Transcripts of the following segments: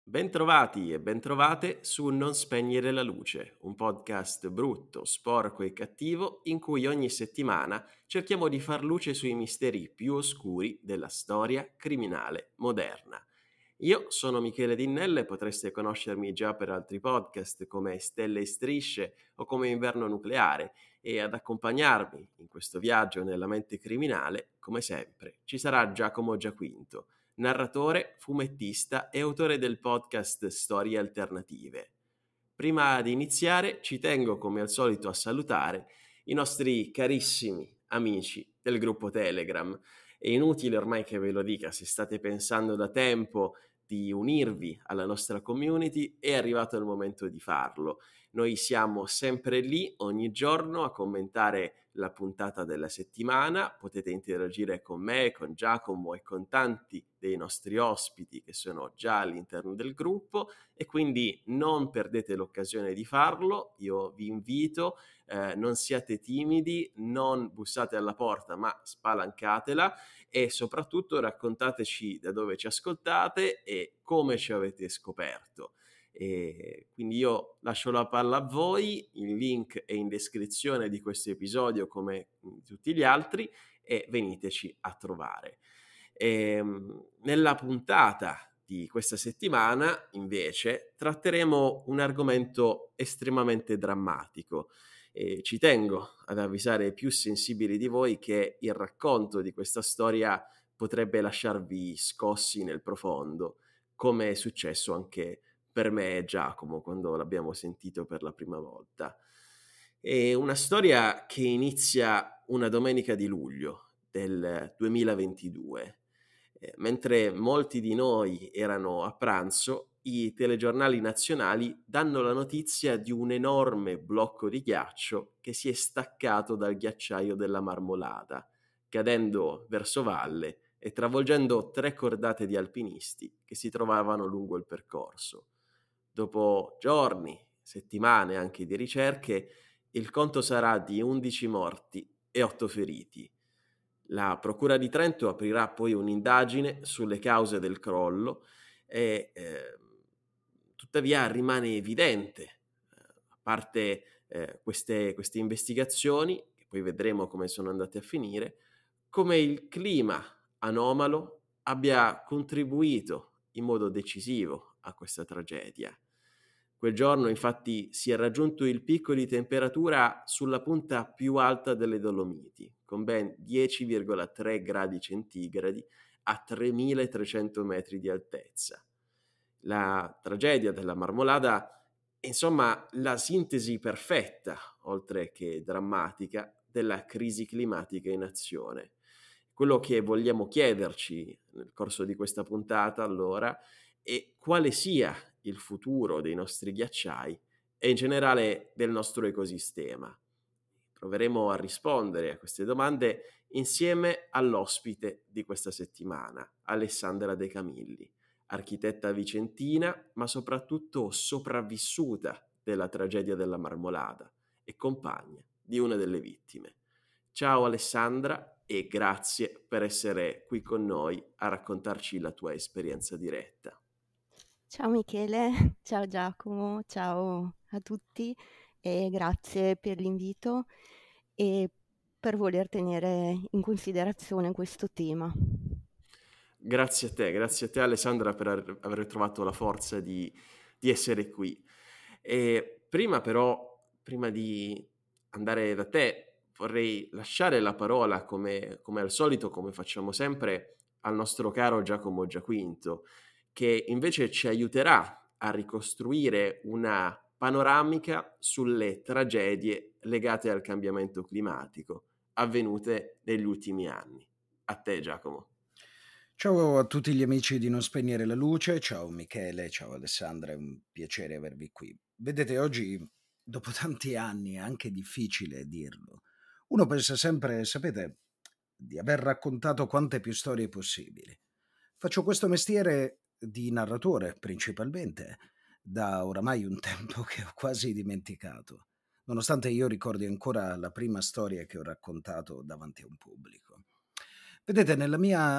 Bentrovati e bentrovate su Non spegnere la luce, un podcast brutto, sporco e cattivo in cui ogni settimana cerchiamo di far luce sui misteri più oscuri della storia criminale moderna. Io sono Michele Dinnella e potreste conoscermi già per altri podcast come Stelle e Strisce o come Inverno Nucleare e ad accompagnarmi in questo viaggio nella mente criminale, come sempre, ci sarà Giacomo Giaquinto, narratore, fumettista e autore del podcast Storie Alternative. Prima di iniziare ci tengo come al solito a salutare i nostri carissimi amici del gruppo Telegram. È inutile ormai che ve lo dica, se state pensando da tempo di unirvi alla nostra community, è arrivato il momento di farlo. Noi siamo sempre lì ogni giorno a commentare la puntata della settimana, potete interagire con me, con Giacomo e con tanti dei nostri ospiti che sono già all'interno del gruppo e quindi non perdete l'occasione di farlo, io vi invito, non siate timidi, non bussate alla porta ma spalancatela e soprattutto raccontateci da dove ci ascoltate e come ci avete scoperto. E quindi io lascio la palla a voi, il link è in descrizione di questo episodio come tutti gli altri e veniteci a trovare. Nella puntata di questa settimana invece tratteremo un argomento estremamente drammatico. Ci tengo ad avvisare i più sensibili di voi che il racconto di questa storia potrebbe lasciarvi scossi nel profondo, come è successo anche per me e Giacomo quando l'abbiamo sentito per la prima volta. È una storia che inizia una domenica di luglio del 2022. Mentre molti di noi erano a pranzo, i telegiornali nazionali danno la notizia di un enorme blocco di ghiaccio che si è staccato dal ghiacciaio della Marmolada, cadendo verso valle e travolgendo 3 cordate di alpinisti che si trovavano lungo il percorso. Dopo giorni, settimane anche di ricerche, il conto sarà di 11 morti e 8 feriti. La Procura di Trento aprirà poi un'indagine sulle cause del crollo e tuttavia rimane evidente, a parte queste investigazioni, che poi vedremo come sono andate a finire, come il clima anomalo abbia contribuito in modo decisivo a questa tragedia. Quel giorno infatti si è raggiunto il picco di temperatura sulla punta più alta delle Dolomiti, con ben 10,3 gradi centigradi a 3.300 metri di altezza. La tragedia della Marmolada è insomma la sintesi perfetta, oltre che drammatica, della crisi climatica in azione. Quello che vogliamo chiederci nel corso di questa puntata, allora, è quale sia il futuro dei nostri ghiacciai e in generale del nostro ecosistema. Proveremo a rispondere a queste domande insieme all'ospite di questa settimana, Alessandra De Camilli, architetta vicentina, ma soprattutto sopravvissuta della tragedia della Marmolada e compagna di una delle vittime. Ciao Alessandra e grazie per essere qui con noi a raccontarci la tua esperienza diretta. Ciao Michele, ciao Giacomo, ciao a tutti e grazie per l'invito e per voler tenere in considerazione questo tema. Grazie a te Alessandra per aver trovato la forza di essere qui. E prima però, prima di andare da te, vorrei lasciare la parola come al solito, come facciamo sempre, al nostro caro Giacomo Giaquinto, che invece ci aiuterà a ricostruire una panoramica sulle tragedie legate al cambiamento climatico avvenute negli ultimi anni. A te Giacomo. Ciao a tutti gli amici di Non Spegnere la Luce, ciao Michele, ciao Alessandra, è un piacere avervi qui. Vedete, oggi, dopo tanti anni, è anche difficile dirlo. Uno pensa sempre, sapete, di aver raccontato quante più storie possibili. Faccio questo mestiere di narratore, principalmente, da oramai un tempo che ho quasi dimenticato, nonostante io ricordi ancora la prima storia che ho raccontato davanti a un pubblico. Vedete, nella mia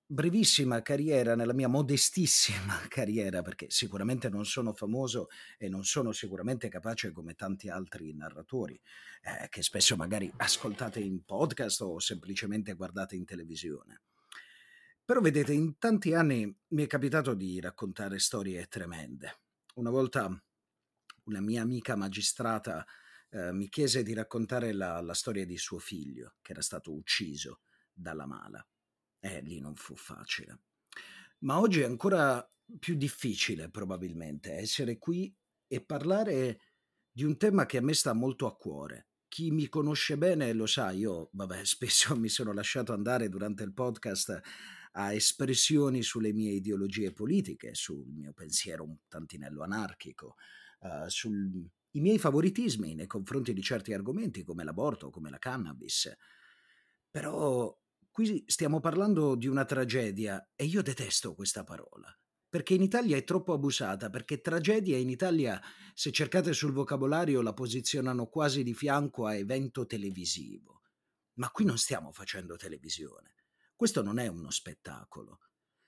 brevissima carriera, nella mia modestissima carriera, perché sicuramente non sono famoso e non sono sicuramente capace come tanti altri narratori, che spesso magari ascoltate in podcast o semplicemente guardate in televisione. Però vedete, in tanti anni mi è capitato di raccontare storie tremende. Una volta una mia amica magistrata mi chiese di raccontare la storia di suo figlio, che era stato ucciso dalla mala. Lì non fu facile. Ma oggi è ancora più difficile, probabilmente, essere qui e parlare di un tema che a me sta molto a cuore. Chi mi conosce bene lo sa, io, vabbè, spesso mi sono lasciato andare durante il podcast a espressioni sulle mie ideologie politiche, sul mio pensiero un tantinello anarchico, sui miei favoritismi nei confronti di certi argomenti come l'aborto, come la cannabis. Però qui stiamo parlando di una tragedia e io detesto questa parola, perché in Italia è troppo abusata, perché tragedia in Italia, se cercate sul vocabolario, la posizionano quasi di fianco a evento televisivo. Ma qui non stiamo facendo televisione. Questo non è uno spettacolo.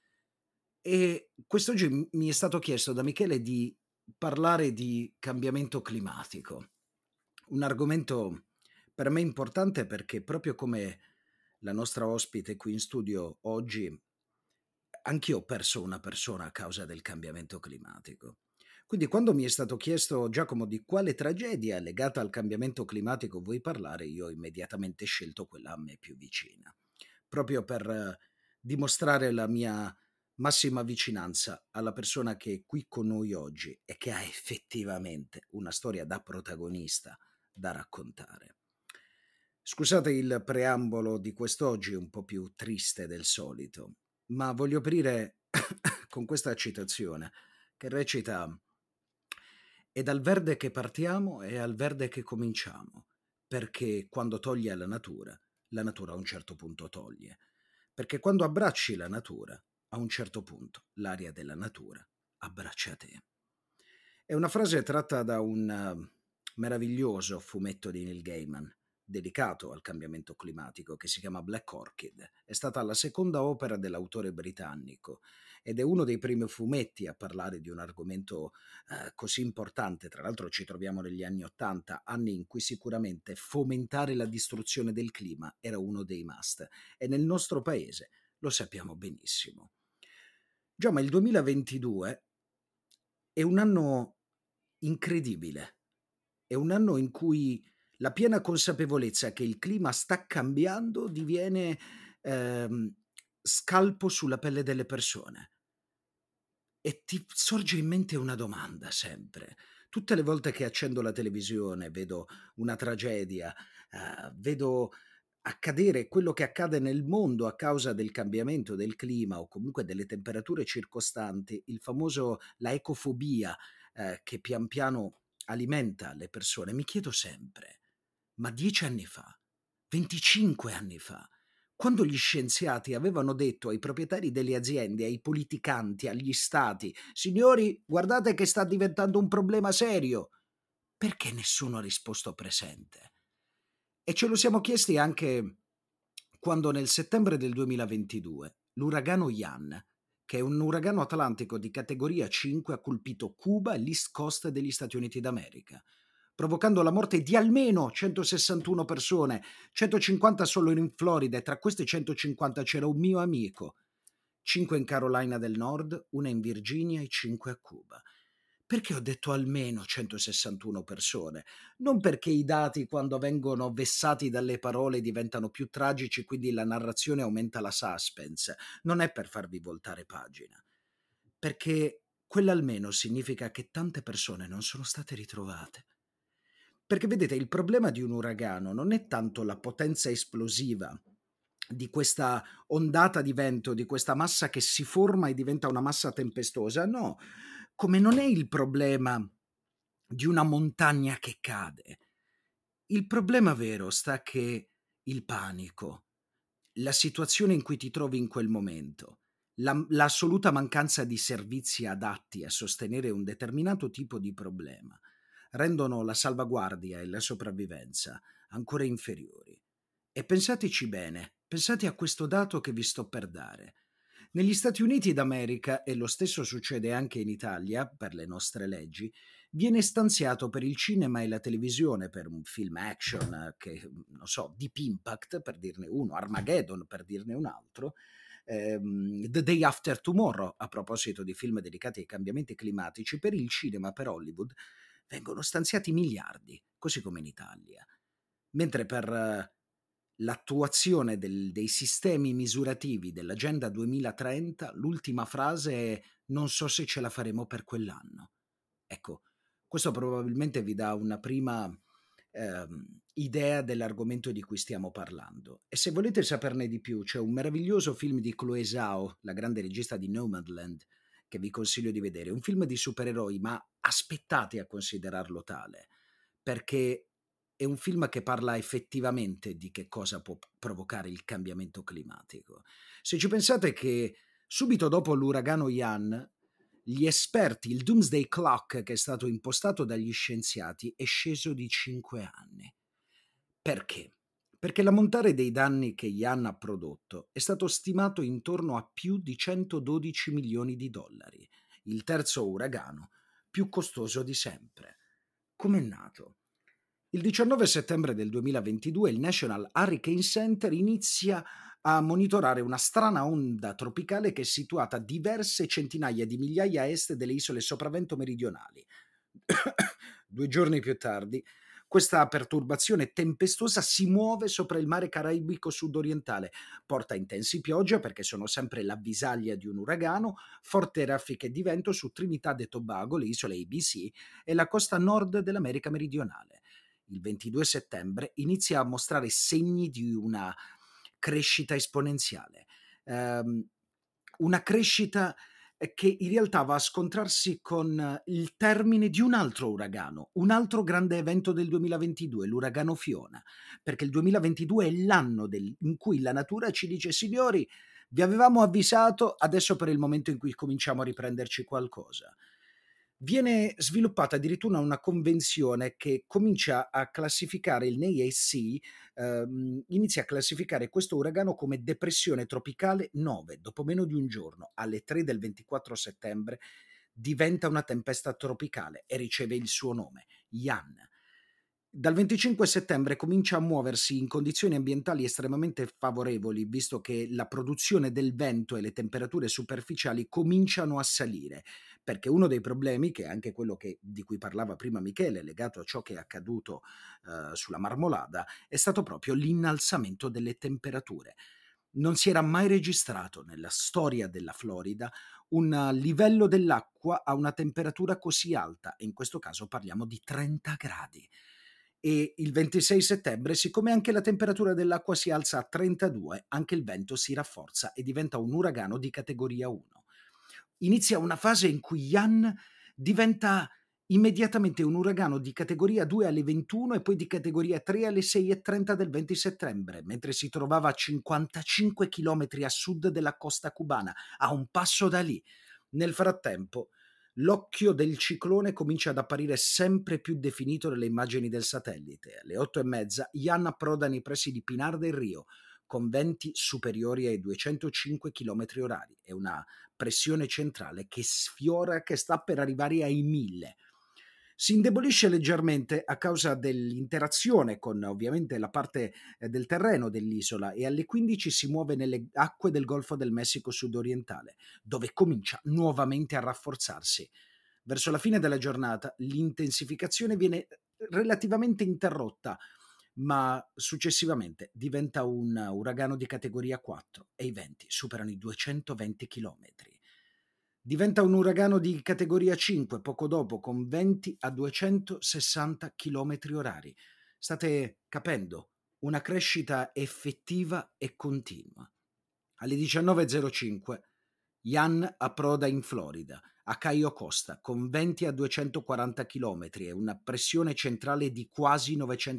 E quest'oggi mi è stato chiesto da Michele di parlare di cambiamento climatico, un argomento per me importante perché proprio come la nostra ospite qui in studio oggi, anch'io ho perso una persona a causa del cambiamento climatico. Quindi quando mi è stato chiesto, Giacomo, di quale tragedia legata al cambiamento climatico vuoi parlare, io ho immediatamente scelto quella a me più vicina, proprio per dimostrare la mia massima vicinanza alla persona che è qui con noi oggi e che ha effettivamente una storia da protagonista da raccontare. Scusate il preambolo di quest'oggi un po' più triste del solito, ma voglio aprire con questa citazione che recita: è dal verde che partiamo e al verde che cominciamo, perché quando toglie la natura a un certo punto toglie, perché quando abbracci la natura, a un certo punto l'aria della natura abbraccia te. È una frase tratta da un meraviglioso fumetto di Neil Gaiman dedicato al cambiamento climatico che si chiama Black Orchid. È stata la seconda opera dell'autore britannico ed è uno dei primi fumetti a parlare di un argomento così importante. Tra l'altro ci troviamo negli anni '80, anni in cui sicuramente fomentare la distruzione del clima era uno dei must e nel nostro paese lo sappiamo benissimo. Già, ma il 2022 è un anno incredibile. È un anno in cui la piena consapevolezza che il clima sta cambiando diviene, ehm, scalpo sulla pelle delle persone. E ti sorge in mente una domanda sempre. Tutte le volte che accendo la televisione, vedo una tragedia, vedo accadere quello che accade nel mondo a causa del cambiamento del clima o comunque delle temperature circostanti, la ecofobia, che pian piano alimenta le persone. Mi chiedo sempre: ma 10 anni fa, 25 anni fa, quando gli scienziati avevano detto ai proprietari delle aziende, ai politicanti, agli stati: "Signori, guardate che sta diventando un problema serio", perché nessuno ha risposto presente? E ce lo siamo chiesti anche quando nel settembre del 2022 l'uragano Ian, che è un uragano atlantico di categoria 5, ha colpito Cuba e l'East Coast degli Stati Uniti d'America, provocando la morte di almeno 161 persone, 150 solo in Florida e tra queste 150 c'era un mio amico, 5 in Carolina del Nord, una in Virginia e 5 a Cuba. Perché ho detto almeno 161 persone? Non perché i dati, quando vengono vessati dalle parole, diventano più tragici, quindi la narrazione aumenta la suspense. Non è per farvi voltare pagina. Perché quell'almeno significa che tante persone non sono state ritrovate. Perché vedete, il problema di un uragano non è tanto la potenza esplosiva di questa ondata di vento, di questa massa che si forma e diventa una massa tempestosa, no, come non è il problema di una montagna che cade. Il problema vero sta che il panico, la situazione in cui ti trovi in quel momento, l'assoluta mancanza di servizi adatti a sostenere un determinato tipo di problema, rendono la salvaguardia e la sopravvivenza ancora inferiori. E pensateci bene, pensate a questo dato che vi sto per dare. Negli Stati Uniti d'America, e lo stesso succede anche in Italia per le nostre leggi, viene stanziato per il cinema e la televisione per un film action che, non so, Deep Impact per dirne uno, Armageddon per dirne un altro, The Day After Tomorrow, a proposito di film dedicati ai cambiamenti climatici, per il cinema, per Hollywood, vengono stanziati miliardi, così come in Italia. Mentre per l'attuazione dei sistemi misurativi dell'Agenda 2030, l'ultima frase è non so se ce la faremo per quell'anno. Ecco, questo probabilmente vi dà una prima idea dell'argomento di cui stiamo parlando. E se volete saperne di più, c'è un meraviglioso film di Chloé Zhao, la grande regista di Nomadland, che vi consiglio di vedere. Un film di supereroi, ma aspettate a considerarlo tale, perché è un film che parla effettivamente di che cosa può provocare il cambiamento climatico. Se ci pensate che subito dopo l'uragano Ian, gli esperti, il Doomsday Clock che è stato impostato dagli scienziati è sceso di 5 anni. Perché? Perché l'ammontare dei danni che Ian ha prodotto è stato stimato intorno a più di 112 milioni di dollari, il terzo uragano più costoso di sempre. Com'è nato? Il 19 settembre del 2022 il National Hurricane Center inizia a monitorare una strana onda tropicale che è situata a diverse centinaia di migliaia a est delle isole sopravvento meridionali. 2 giorni più tardi, questa perturbazione tempestosa si muove sopra il mare caraibico sudorientale, porta intensi piogge perché sono sempre l'avvisaglia di un uragano, forti raffiche di vento su Trinidad e Tobago, le isole ABC e la costa nord dell'America meridionale. Il 22 settembre inizia a mostrare segni di una crescita esponenziale, una crescita che in realtà va a scontrarsi con il termine di un altro uragano, un altro grande evento del 2022, l'uragano Fiona, perché il 2022 è l'anno in cui la natura ci dice signori, vi avevamo avvisato, adesso per il momento in cui cominciamo a riprenderci qualcosa. Viene sviluppata addirittura una convenzione che comincia a classificare il NAIC, inizia a classificare questo uragano come depressione tropicale 9. Dopo meno di un giorno, alle 3 del 24 settembre, diventa una tempesta tropicale e riceve il suo nome, Ian. Dal 25 settembre comincia a muoversi in condizioni ambientali estremamente favorevoli, visto che la produzione del vento e le temperature superficiali cominciano a salire, perché uno dei problemi, che è anche quello di cui parlava prima Michele, legato a ciò che è accaduto sulla Marmolada, è stato proprio l'innalzamento delle temperature. Non si era mai registrato nella storia della Florida un livello dell'acqua a una temperatura così alta, e in questo caso parliamo di 30 gradi. E il 26 settembre, siccome anche la temperatura dell'acqua si alza a 32, anche il vento si rafforza e diventa un uragano di categoria 1. Inizia una fase in cui Ian diventa immediatamente un uragano di categoria 2 alle 21 e poi di categoria 3 alle 6:30 del 20 settembre, mentre si trovava a 55 km a sud della costa cubana, a un passo da lì. Nel frattempo, l'occhio del ciclone comincia ad apparire sempre più definito nelle immagini del satellite. Alle 8:30 Ian approda nei pressi di Pinar del Rio, con venti superiori ai 205 km orari e una pressione centrale che sfiora, che sta per arrivare ai 1000. Si indebolisce leggermente a causa dell'interazione con ovviamente la parte del terreno dell'isola e alle 15 si muove nelle acque del Golfo del Messico sudorientale, dove comincia nuovamente a rafforzarsi. Verso la fine della giornata l'intensificazione viene relativamente interrotta, ma successivamente diventa un uragano di categoria 4 e i venti superano i 220 km. Diventa un uragano di categoria 5 poco dopo, con venti a 260 km orari. State capendo? Una crescita effettiva e continua. Alle 19:05 Ian approda in Florida, a Cayo Costa, con venti a 240 km e una pressione centrale di quasi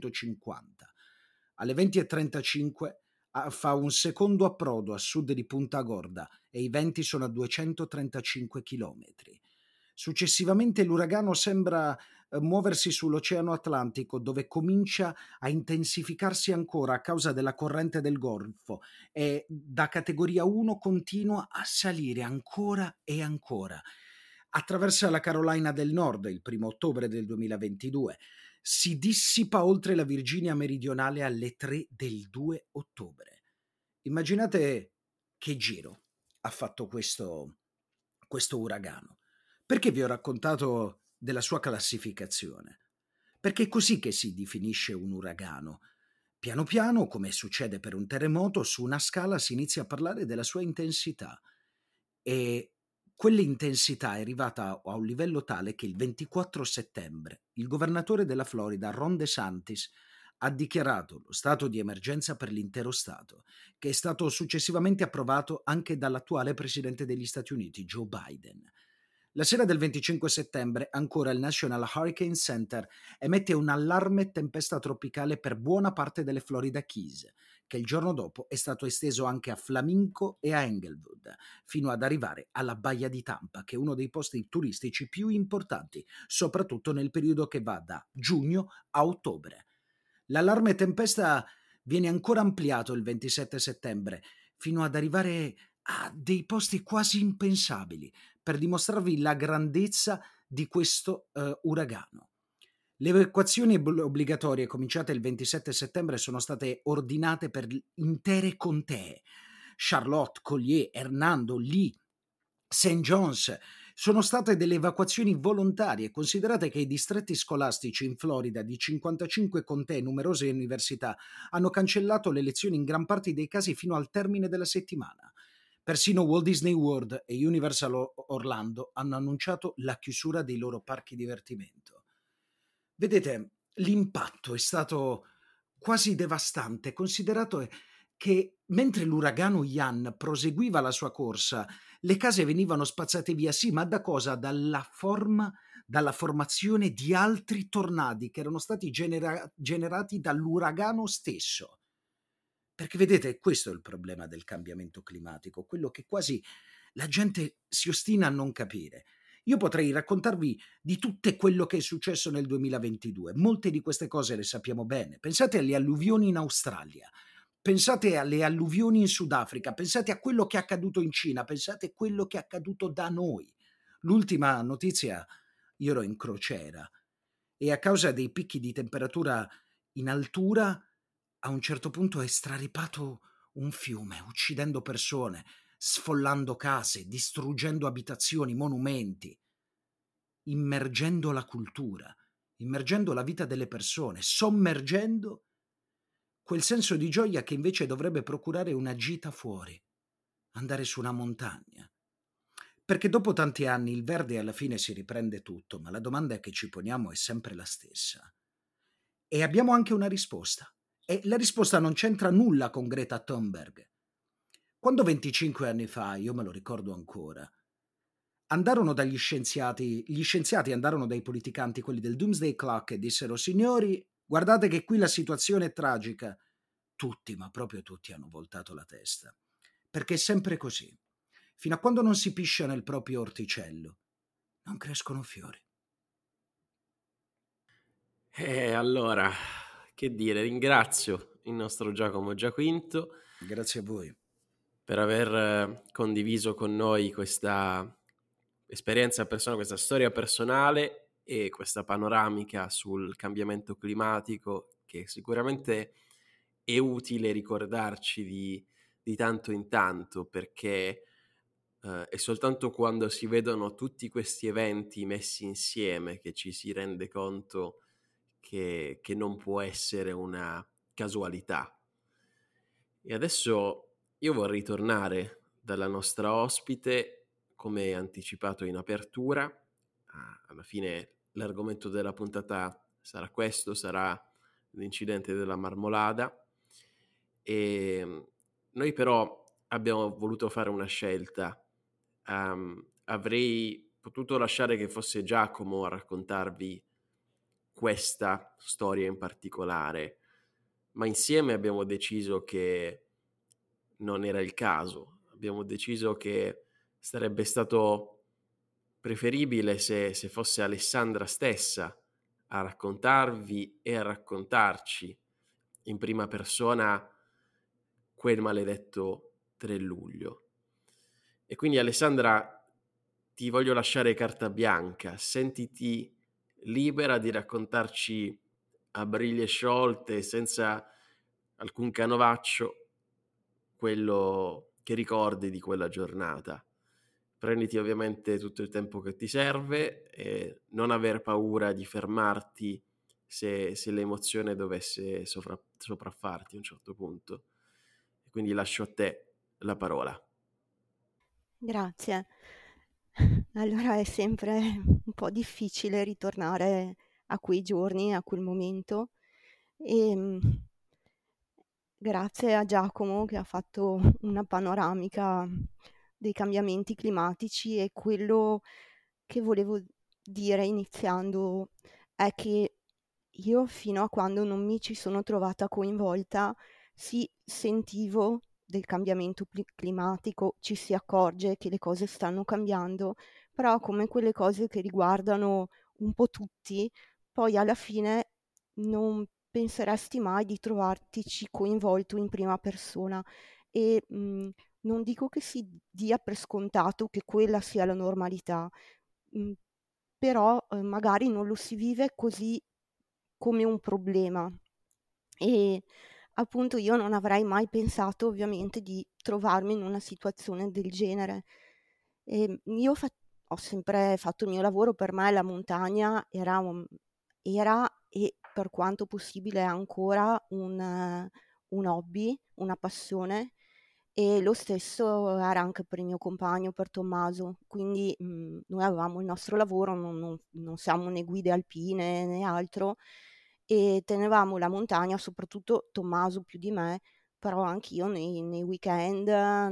950. Alle 20:35 fa un secondo approdo a sud di Punta Gorda e i venti sono a 235 km. Successivamente l'uragano sembra muoversi sull'Oceano Atlantico, dove comincia a intensificarsi ancora a causa della corrente del Golfo e da categoria 1 continua a salire ancora e ancora. Attraversa la Carolina del Nord il 1° ottobre del 2022, si dissipa oltre la Virginia meridionale alle 3 del 2 ottobre. Immaginate che giro ha fatto questo uragano. Perché vi ho raccontato della sua classificazione? Perché è così che si definisce un uragano. Piano piano, come succede per un terremoto, su una scala si inizia a parlare della sua intensità e quell'intensità è arrivata a un livello tale che il 24 settembre il governatore della Florida, Ron DeSantis, ha dichiarato lo stato di emergenza per l'intero stato, che è stato successivamente approvato anche dall'attuale presidente degli Stati Uniti, Joe Biden. La sera del 25 settembre ancora il National Hurricane Center emette un allarme tempesta tropicale per buona parte delle Florida Keys, che il giorno dopo è stato esteso anche a Flamenco e a Englewood, fino ad arrivare alla Baia di Tampa, che è uno dei posti turistici più importanti, soprattutto nel periodo che va da giugno a ottobre. L'allarme tempesta viene ancora ampliato il 27 settembre, fino ad arrivare a dei posti quasi impensabili, per dimostrarvi la grandezza di questo uragano. Le evacuazioni obbligatorie cominciate il 27 settembre sono state ordinate per intere contee. Charlotte, Collier, Hernando, Lee, St. John's. Sono state delle evacuazioni volontarie. Considerate che i distretti scolastici in Florida di 55 contee e numerose università hanno cancellato le lezioni in gran parte dei casi fino al termine della settimana. Persino Walt Disney World e Universal Orlando hanno annunciato la chiusura dei loro parchi divertimento. Vedete, l'impatto è stato quasi devastante, considerato che mentre l'uragano Ian proseguiva la sua corsa, le case venivano spazzate via, sì, ma da cosa? Dalla formazione di altri tornadi che erano stati generati dall'uragano stesso. Perché vedete, questo è il problema del cambiamento climatico, quello che quasi la gente si ostina a non capire. Io potrei raccontarvi di tutto quello che è successo nel 2022. Molte di queste cose le sappiamo bene. Pensate alle alluvioni in Australia, pensate alle alluvioni in Sudafrica, pensate a quello che è accaduto in Cina, pensate a quello che è accaduto da noi. L'ultima notizia, io ero in crociera e a causa dei picchi di temperatura in altura, a un certo punto è straripato un fiume, uccidendo persone, sfollando case, distruggendo abitazioni, monumenti, immergendo la cultura, immergendo la vita delle persone, sommergendo quel senso di gioia che invece dovrebbe procurare una gita fuori, andare su una montagna. Perché dopo tanti anni il verde alla fine si riprende tutto, ma la domanda che ci poniamo è sempre la stessa. E abbiamo anche una risposta. E la risposta non c'entra nulla con Greta Thunberg. Quando 25 anni fa, io me lo ricordo ancora, andarono dagli scienziati, gli scienziati andarono dai politicanti, quelli del Doomsday Clock, e dissero: signori, guardate che qui la situazione è tragica. Tutti, ma proprio tutti, hanno voltato la testa. Perché è sempre così. Fino a quando non si piscia nel proprio orticello, non crescono fiori. Allora, che dire, ringrazio il nostro Giacomo Giaquinto Grazie a voi. per aver condiviso con noi questa esperienza personale, questa storia personale e questa panoramica sul cambiamento climatico, che sicuramente è utile ricordarci di tanto in tanto, perché è soltanto quando si vedono tutti questi eventi messi insieme che ci si rende conto che non può essere una casualità. E adesso io vorrei tornare dalla nostra ospite, come anticipato in apertura. Alla fine l'argomento della puntata sarà questo, sarà l'incidente della Marmolada. E noi però abbiamo voluto fare una scelta. Avrei potuto lasciare che fosse Giacomo a raccontarvi questa storia in particolare, ma insieme abbiamo deciso che non era il caso. Abbiamo deciso che sarebbe stato preferibile se fosse Alessandra stessa a raccontarvi e a raccontarci in prima persona quel maledetto 3 luglio. E quindi Alessandra, ti voglio lasciare carta bianca, sentiti libera di raccontarci a briglie sciolte, senza alcun canovaccio, quello che ricordi di quella giornata. Prenditi ovviamente tutto il tempo che ti serve e non aver paura di fermarti se l'emozione dovesse sopraffarti a un certo punto. Quindi lascio a te la parola. Grazie. Allora è sempre un po' difficile ritornare a quei giorni, a quel momento. E grazie a Giacomo che ha fatto una panoramica dei cambiamenti climatici, e quello che volevo dire iniziando è che io, fino a quando non mi ci sono trovata coinvolta, sì, sentivo del cambiamento climatico, ci si accorge che le cose stanno cambiando, però come quelle cose che riguardano un po' tutti, poi alla fine non penseresti mai di trovartici coinvolto in prima persona. E non dico che si dia per scontato che quella sia la normalità, mh, però magari non lo si vive così come un problema. E appunto io non avrei mai pensato ovviamente di trovarmi in una situazione del genere. Io ho sempre fatto il mio lavoro, per me la montagna era e per quanto possibile è ancora un hobby, una passione, e lo stesso era anche per il mio compagno, per Tommaso. Quindi noi avevamo il nostro lavoro, non siamo né guide alpine né altro, e tenevamo la montagna, soprattutto Tommaso più di me, però anch'io nei weekend,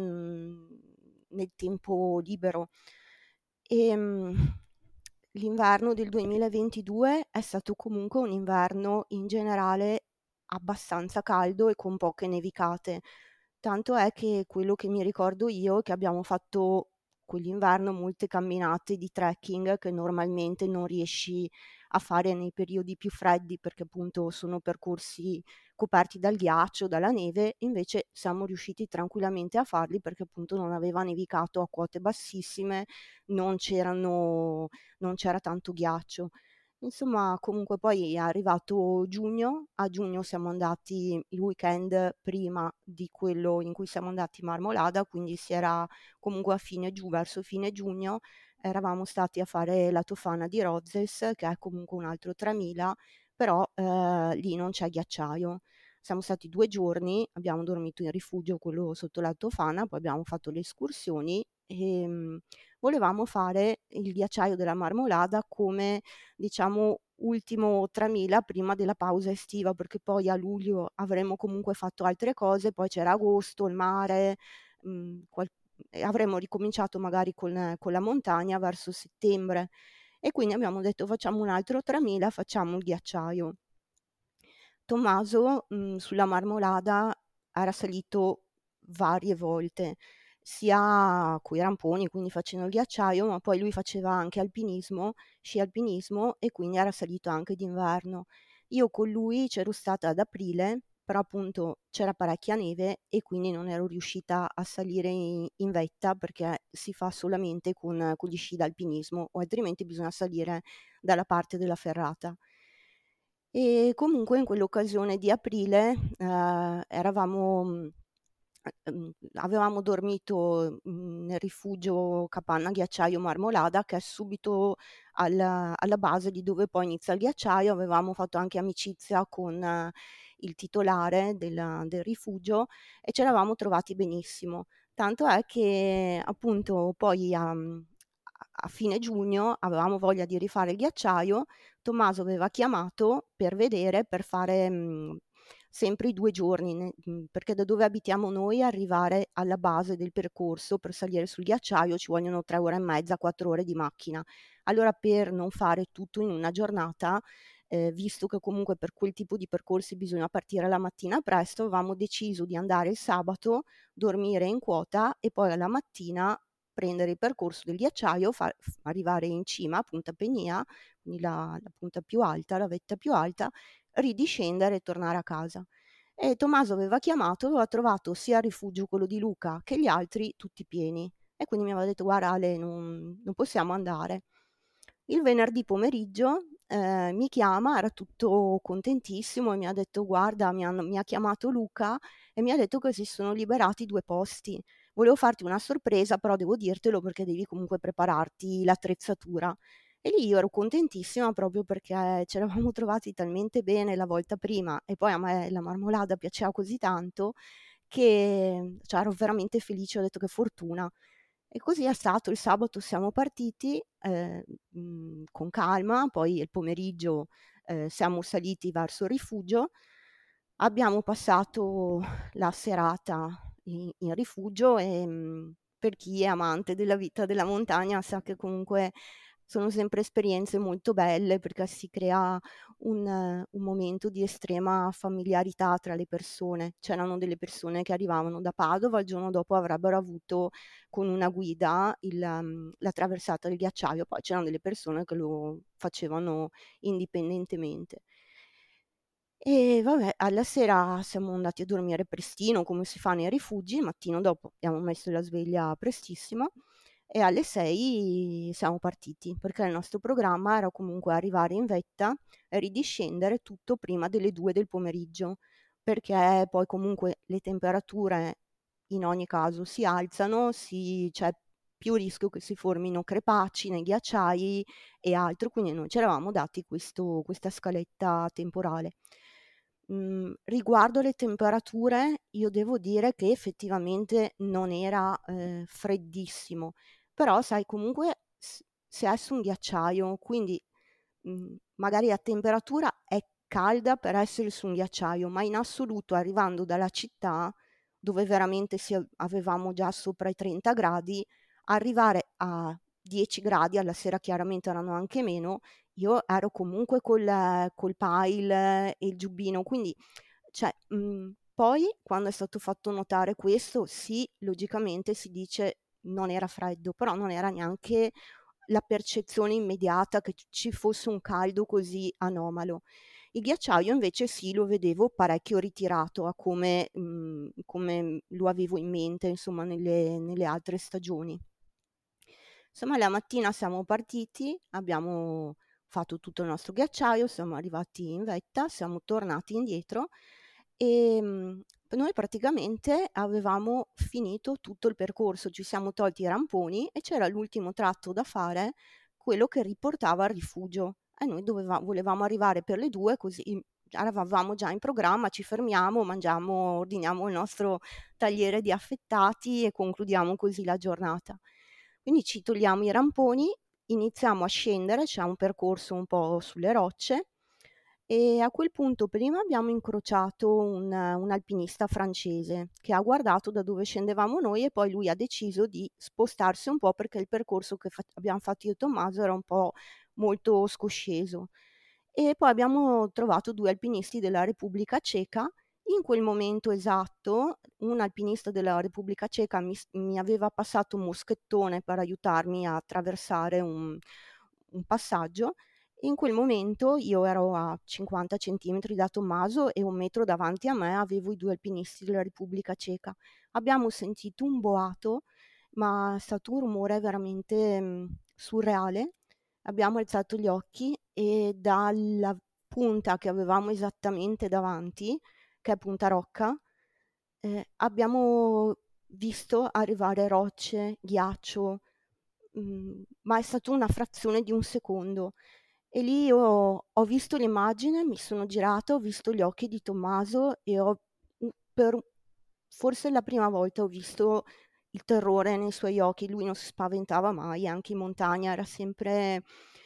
nel tempo libero. Ehm, L'inverno del 2022 è stato comunque un inverno in generale abbastanza caldo e con poche nevicate. Tanto è che quello che mi ricordo io è che abbiamo fatto quell'inverno molte camminate di trekking che normalmente non riesci a fare nei periodi più freddi, perché appunto sono percorsi coperti dal ghiaccio, dalla neve. Invece siamo riusciti tranquillamente a farli perché appunto non aveva nevicato a quote bassissime, non c'erano non c'era tanto ghiaccio. Insomma, comunque poi è arrivato giugno, a giugno siamo andati il weekend prima di quello in cui siamo andati in Marmolada, quindi si era comunque a verso fine giugno, eravamo stati a fare la Tofana di Roses, che è comunque un altro 3000, però lì non c'è ghiacciaio. Siamo stati 2 giorni, abbiamo dormito in rifugio, quello sotto la Tofana, poi abbiamo fatto le escursioni e volevamo fare il ghiacciaio della Marmolada come, diciamo, ultimo 3000 prima della pausa estiva, perché poi a luglio avremmo comunque fatto altre cose, poi c'era agosto, il mare, e avremmo ricominciato magari con la montagna verso settembre. E quindi abbiamo detto facciamo un altro 3000, facciamo il ghiacciaio. Tommaso, sulla Marmolada era salito varie volte, sia coi ramponi, quindi facendo il ghiacciaio, ma poi lui faceva anche alpinismo, sci alpinismo, e quindi era salito anche d'inverno. Io con lui c'ero stata ad aprile, però appunto c'era parecchia neve e quindi non ero riuscita a salire in vetta, perché si fa solamente con gli sci d'alpinismo, o altrimenti bisogna salire dalla parte della ferrata. E comunque in quell'occasione di aprile, avevamo dormito, nel rifugio Capanna Ghiacciaio Marmolada, che è subito alla base di dove poi inizia il ghiacciaio. Avevamo fatto anche amicizia con il titolare del rifugio e ci eravamo trovati benissimo. Tanto è che appunto poi a fine giugno avevamo voglia di rifare il ghiacciaio. Tommaso aveva chiamato per vedere, per fare sempre i 2 giorni, perché da dove abitiamo noi arrivare alla base del percorso per salire sul ghiacciaio ci vogliono 3 ore e mezza, 4 ore di macchina. Allora, per non fare tutto in una giornata, visto che comunque per quel tipo di percorsi bisogna partire la mattina presto, avevamo deciso di andare il sabato, dormire in quota e poi alla mattina prendere il percorso del ghiacciaio, arrivare in cima a Punta Penia, quindi la punta più alta, la vetta più alta, ridiscendere e tornare a casa. E Tommaso aveva trovato sia il rifugio, quello di Luca, che gli altri tutti pieni. E quindi mi aveva detto: guarda Ale, non possiamo andare. Il venerdì pomeriggio mi chiama, era tutto contentissimo e mi ha detto: guarda, mi ha chiamato Luca e mi ha detto che si sono liberati 2 posti. Volevo farti una sorpresa, però devo dirtelo perché devi comunque prepararti l'attrezzatura. E lì io ero contentissima proprio perché ci eravamo trovati talmente bene la volta prima e poi a me la marmolada piaceva così tanto che cioè, ero veramente felice, ho detto che fortuna. E così è stato, il sabato siamo partiti con calma, poi il pomeriggio siamo saliti verso il rifugio, abbiamo passato la serata in rifugio e per chi è amante della vita della montagna sa che comunque sono sempre esperienze molto belle perché si crea un momento di estrema familiarità tra le persone. C'erano delle persone che arrivavano da Padova, il giorno dopo avrebbero avuto con una guida la traversata del ghiacciaio, poi c'erano delle persone che lo facevano indipendentemente. E vabbè, alla sera siamo andati a dormire prestino, come si fa nei rifugi. Il mattino dopo abbiamo messo la sveglia prestissimo e alle 6 siamo partiti, perché il nostro programma era comunque arrivare in vetta e ridiscendere tutto prima delle 2 del pomeriggio, perché poi comunque le temperature in ogni caso si alzano, c'è più rischio che si formino crepaci nei ghiacciai e altro, quindi noi ci eravamo dati questa scaletta temporale. Riguardo le temperature, io devo dire che effettivamente non era freddissimo, però sai, comunque se è su un ghiacciaio, quindi magari la temperatura è calda per essere su un ghiacciaio, ma in assoluto arrivando dalla città, dove veramente avevamo già sopra i 30 gradi, arrivare a 10 gradi, alla sera chiaramente erano anche meno, io ero comunque col pile e il giubbino, quindi cioè, poi quando è stato fatto notare questo, sì, logicamente si dice non era freddo, però non era neanche la percezione immediata che ci fosse un caldo così anomalo. Il ghiacciaio invece sì, lo vedevo parecchio ritirato a come lo avevo in mente, insomma, nelle altre stagioni. Insomma, la mattina siamo partiti, abbiamo fatto tutto il nostro ghiacciaio, siamo arrivati in vetta, siamo tornati indietro e noi praticamente avevamo finito tutto il percorso, ci siamo tolti i ramponi e c'era l'ultimo tratto da fare, quello che riportava al rifugio. E noi volevamo arrivare per le 2, così eravamo già in programma, ci fermiamo, mangiamo, ordiniamo il nostro tagliere di affettati e concludiamo così la giornata. Quindi ci togliamo i ramponi, iniziamo a scendere, c'è un percorso un po' sulle rocce e a quel punto prima abbiamo incrociato un alpinista francese che ha guardato da dove scendevamo noi e poi lui ha deciso di spostarsi un po' perché il percorso che abbiamo fatto io e Tommaso era un po' molto scosceso. E poi abbiamo trovato 2 alpinisti della Repubblica Ceca. In quel momento esatto, un alpinista della Repubblica Ceca mi aveva passato un moschettone per aiutarmi a attraversare un passaggio. In quel momento io ero a 50 centimetri da Tommaso e 1 metro davanti a me avevo i 2 alpinisti della Repubblica Ceca. Abbiamo sentito un boato, ma è stato un rumore veramente surreale. Abbiamo alzato gli occhi e dalla punta che avevamo esattamente davanti, che è Punta Rocca, abbiamo visto arrivare rocce, ghiaccio, ma è stato una frazione di un secondo. E lì io ho visto l'immagine, mi sono girata, ho visto gli occhi di Tommaso e per forse la prima volta ho visto il terrore nei suoi occhi. Lui non si spaventava mai, anche in montagna era sempre,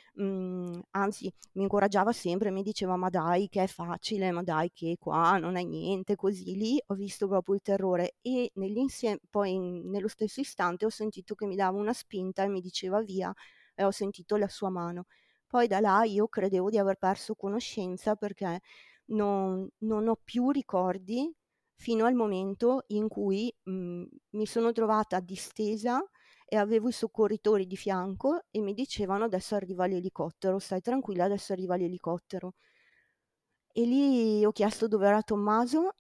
anzi mi incoraggiava sempre, mi diceva: "Ma dai che è facile, ma dai che qua non è niente", così. Lì ho visto proprio il terrore e poi nello stesso istante ho sentito che mi dava una spinta e mi diceva: "Via", e ho sentito la sua mano. Poi da là io credevo di aver perso conoscenza perché non ho più ricordi fino al momento in cui mi sono trovata distesa e avevo i soccorritori di fianco e mi dicevano adesso arriva l'elicottero, stai tranquilla, adesso arriva l'elicottero. E lì ho chiesto dove era Tommaso,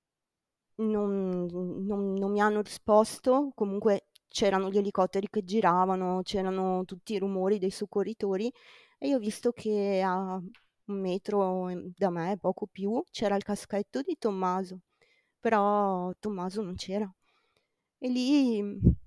non mi hanno risposto, comunque c'erano gli elicotteri che giravano, c'erano tutti i rumori dei soccorritori e io ho visto che a 1 metro da me, poco più, c'era il caschetto di Tommaso, però Tommaso non c'era. E lì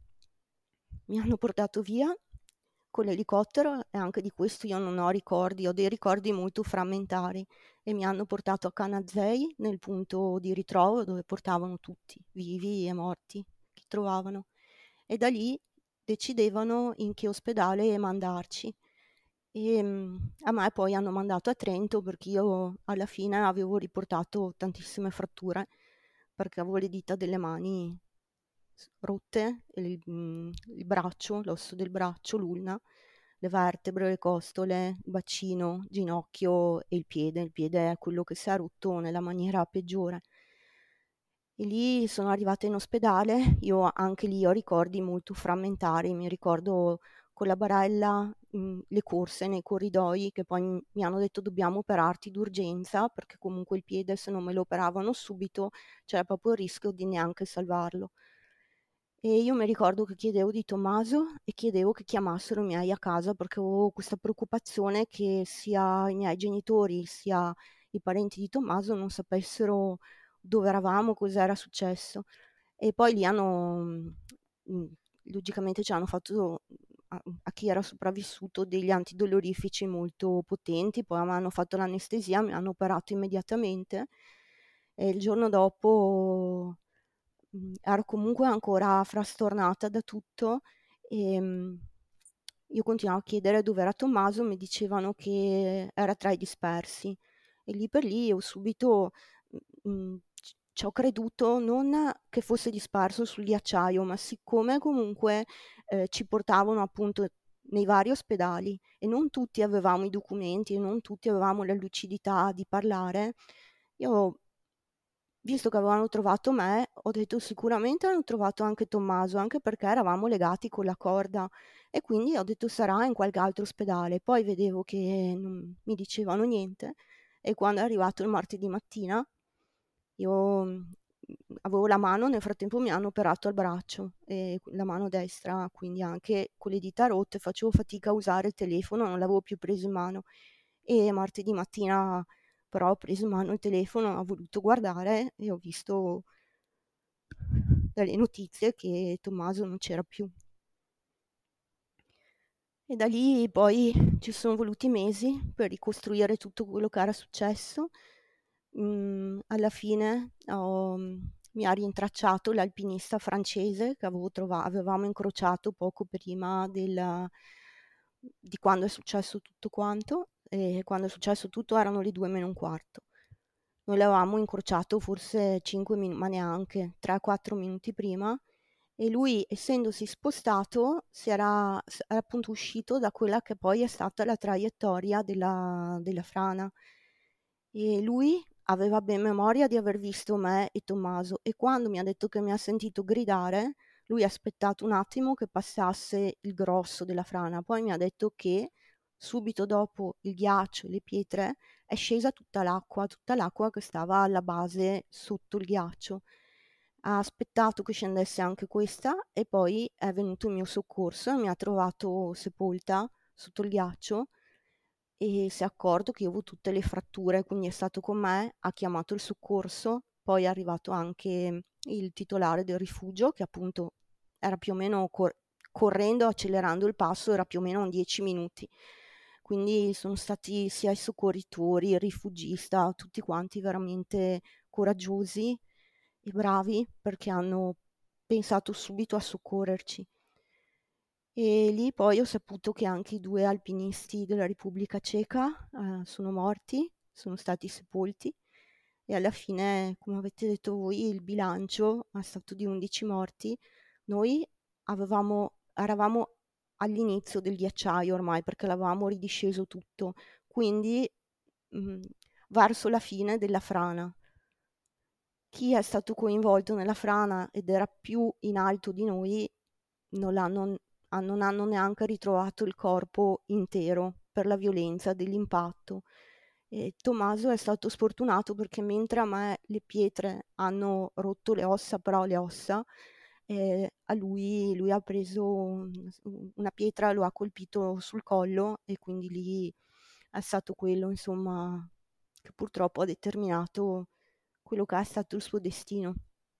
mi hanno portato via con l'elicottero e anche di questo io non ho ricordi, ho dei ricordi molto frammentari e mi hanno portato a Canazei nel punto di ritrovo dove portavano tutti, vivi e morti, che trovavano. E da lì decidevano in che ospedale mandarci. E a me poi hanno mandato a Trento perché io alla fine avevo riportato tantissime fratture perché avevo le dita delle mani rotte, il braccio, l'osso del braccio, l'ulna, le vertebre, le costole, il bacino, ginocchio e il piede. Il piede è quello che si è rotto nella maniera peggiore. E lì sono arrivata in ospedale, io anche lì ho ricordi molto frammentari, mi ricordo con la barella, le corse nei corridoi che poi mi hanno detto dobbiamo operarti d'urgenza perché comunque il piede se non me lo operavano subito c'era proprio il rischio di neanche salvarlo. E io mi ricordo che chiedevo di Tommaso e chiedevo che chiamassero i miei a casa perché avevo questa preoccupazione che sia i miei genitori sia i parenti di Tommaso non sapessero dove eravamo, cosa era successo. E poi lì mh, logicamente ci hanno fatto a chi era sopravvissuto degli antidolorifici molto potenti, poi mi hanno fatto l'anestesia, mi hanno operato immediatamente e il giorno dopo ero comunque ancora frastornata da tutto e io continuavo a chiedere dove era Tommaso, mi dicevano che era tra i dispersi e lì per lì ho subito ci ho creduto non che fosse disperso sul ghiacciaio, ma siccome comunque ci portavano appunto nei vari ospedali e non tutti avevamo i documenti e non tutti avevamo la lucidità di parlare, io visto che avevano trovato me, ho detto sicuramente hanno trovato anche Tommaso, anche perché eravamo legati con la corda e quindi ho detto sarà in qualche altro ospedale. Poi vedevo che non mi dicevano niente e quando è arrivato il martedì mattina io avevo la mano, nel frattempo mi hanno operato al braccio, e la mano destra, quindi anche con le dita rotte, facevo fatica a usare il telefono, non l'avevo più preso in mano. E martedì mattina però ho preso in mano il telefono, ho voluto guardare e ho visto dalle notizie che Tommaso non c'era più. E da lì poi ci sono voluti mesi per ricostruire tutto quello che era successo. Alla fine mi ha rintracciato l'alpinista francese che avevamo incrociato poco prima di quando è successo tutto quanto. E quando è successo tutto erano le 2 meno un quarto. Noi l'avevamo incrociato forse 5 minuti, ma neanche 3-4 minuti prima e lui, essendosi spostato, era appunto uscito da quella che poi è stata la traiettoria della frana. E lui aveva ben memoria di aver visto me e Tommaso e quando mi ha detto che mi ha sentito gridare, lui ha aspettato un attimo che passasse il grosso della frana, poi mi ha detto che subito dopo il ghiaccio e le pietre è scesa tutta l'acqua che stava alla base sotto il ghiaccio. Ha aspettato che scendesse anche questa e poi è venuto il mio soccorso e mi ha trovato sepolta sotto il ghiaccio e si è accorto che io avevo tutte le fratture, quindi è stato con me, ha chiamato il soccorso, poi è arrivato anche il titolare del rifugio che appunto era più o meno correndo, accelerando il passo, era più o meno 10 minuti. Quindi sono stati sia i soccorritori, il rifugista, tutti quanti veramente coraggiosi e bravi perché hanno pensato subito a soccorrerci. E lì poi ho saputo che anche i 2 alpinisti della Repubblica Ceca, sono morti, sono stati sepolti e alla fine, come avete detto voi, il bilancio è stato di 11 morti. Noi eravamo all'inizio del ghiacciaio ormai perché l'avevamo ridisceso tutto, quindi mh, verso la fine della frana. Chi è stato coinvolto nella frana ed era più in alto di noi non l'hanno non hanno neanche ritrovato il corpo intero per la violenza dell'impatto. E Tommaso è stato sfortunato perché mentre a me le pietre hanno rotto le ossa, però le ossa, a lui ha preso una pietra, lo ha colpito sul collo e quindi lì è stato quello, insomma, che purtroppo ha determinato quello che è stato il suo destino.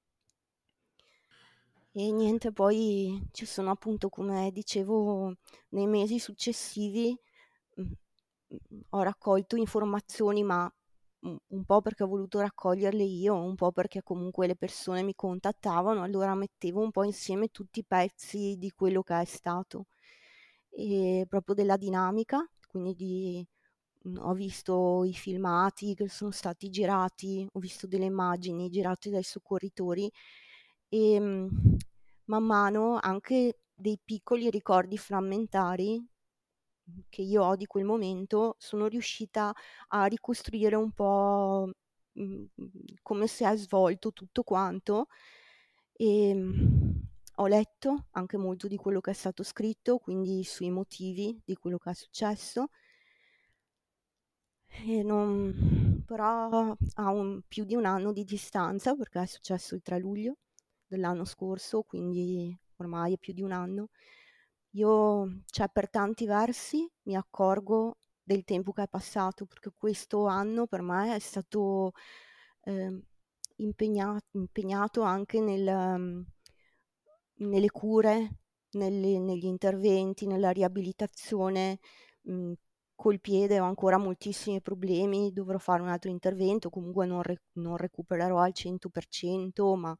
E niente, poi ci sono appunto, come dicevo, nei mesi successivi ho raccolto informazioni, ma un po' perché ho voluto raccoglierle io, un po' perché comunque le persone mi contattavano, allora mettevo un po' insieme tutti i pezzi di quello che è stato, e proprio della dinamica, quindi ho visto i filmati che sono stati girati, ho visto delle immagini girate dai soccorritori e man mano anche dei piccoli ricordi frammentari che io ho di quel momento, sono riuscita a ricostruire un po', come si è svolto tutto quanto. Ho letto anche molto di quello che è stato scritto, quindi sui motivi di quello che è successo. Però a più di un anno di distanza, perché è successo il 3 luglio dell'anno scorso, quindi ormai è più di un anno. Io, cioè, per tanti versi mi accorgo del tempo che è passato, perché questo anno per me è stato ehm, impegnato anche nelle cure, negli interventi, nella riabilitazione. Mh, Col piede ho ancora moltissimi problemi, dovrò fare un altro intervento, comunque non recupererò al 100%, ma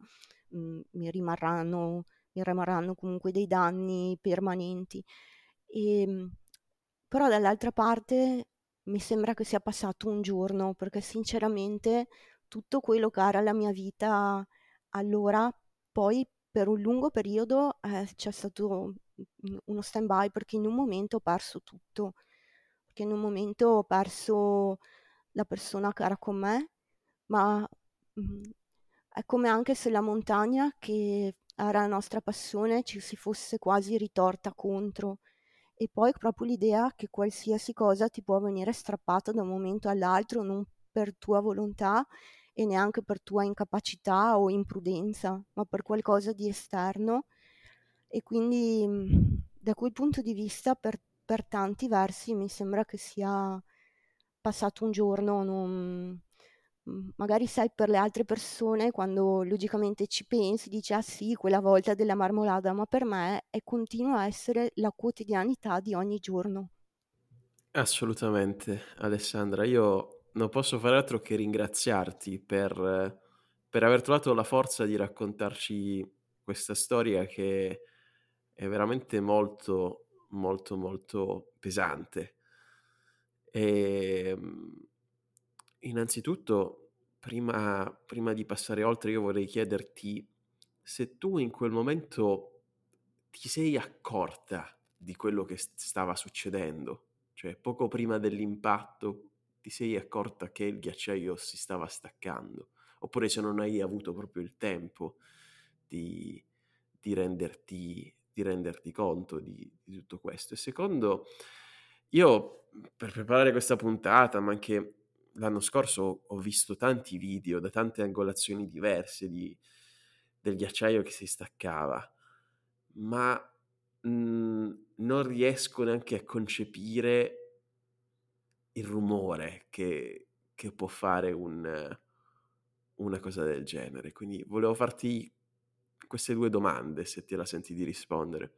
mi rimarranno comunque dei danni permanenti. Ehm, Però dall'altra parte mi sembra che sia passato un giorno, perché sinceramente tutto quello che era la mia vita allora, poi per un lungo periodo c'è stato uno stand-by, perché in un momento ho perso tutto, perché in un momento ho perso la persona che era con me, ma mm, è come anche se la montagna, che era la nostra passione, ci si fosse quasi ritorta contro. E poi proprio l'idea che qualsiasi cosa ti può venire strappata da un momento all'altro, non per tua volontà e neanche per tua incapacità o imprudenza, ma per qualcosa di esterno. E quindi da quel punto di vista, per tanti versi, mi sembra che sia passato un giorno, magari sai, per le altre persone, quando logicamente ci pensi, dici, ah sì, quella volta della marmolada, ma per me continua a essere la quotidianità di ogni giorno. Assolutamente, Alessandra. Io non posso fare altro che ringraziarti per aver trovato la forza di raccontarci questa storia che è veramente molto, molto, molto pesante. E, innanzitutto, prima di passare oltre, io vorrei chiederti se tu in quel momento ti sei accorta di quello che stava succedendo, cioè poco prima dell'impatto ti sei accorta che il ghiacciaio si stava staccando, oppure se non hai avuto proprio il tempo di, di renderti conto di tutto questo. E secondo, io per preparare questa puntata, ma anche l'anno scorso, ho visto tanti video da tante angolazioni diverse del ghiacciaio che si staccava, ma non riesco neanche a concepire il rumore che può fare una cosa del genere. Quindi volevo farti queste due domande, se te la senti di rispondere.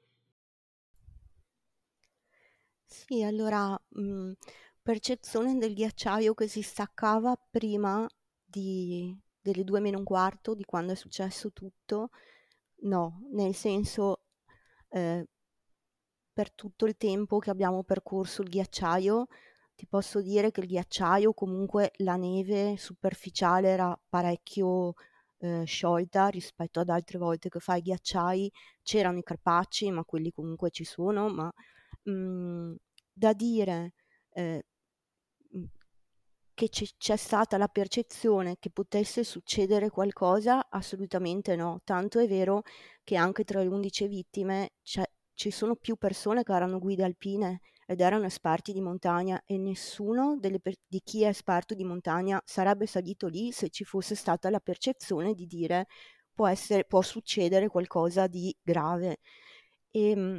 Sì, allora, percezione del ghiacciaio che si staccava prima delle 2 meno un quarto, di quando è successo tutto, no, nel senso, eh, per tutto il tempo che abbiamo percorso il ghiacciaio, ti posso dire che il ghiacciaio, comunque la neve superficiale era parecchio sciolta rispetto ad altre volte che fai ghiacciai. C'erano i crepacci, ma quelli comunque ci sono, ma mm, da dire eh, mm, che c'è stata la percezione che potesse succedere qualcosa, assolutamente no. Tanto è vero che anche tra le 11 vittime ci sono più persone che erano guide alpine ed erano esperti di montagna e nessuno di chi è esperto di montagna sarebbe salito lì se ci fosse stata la percezione di dire può succedere qualcosa di grave. E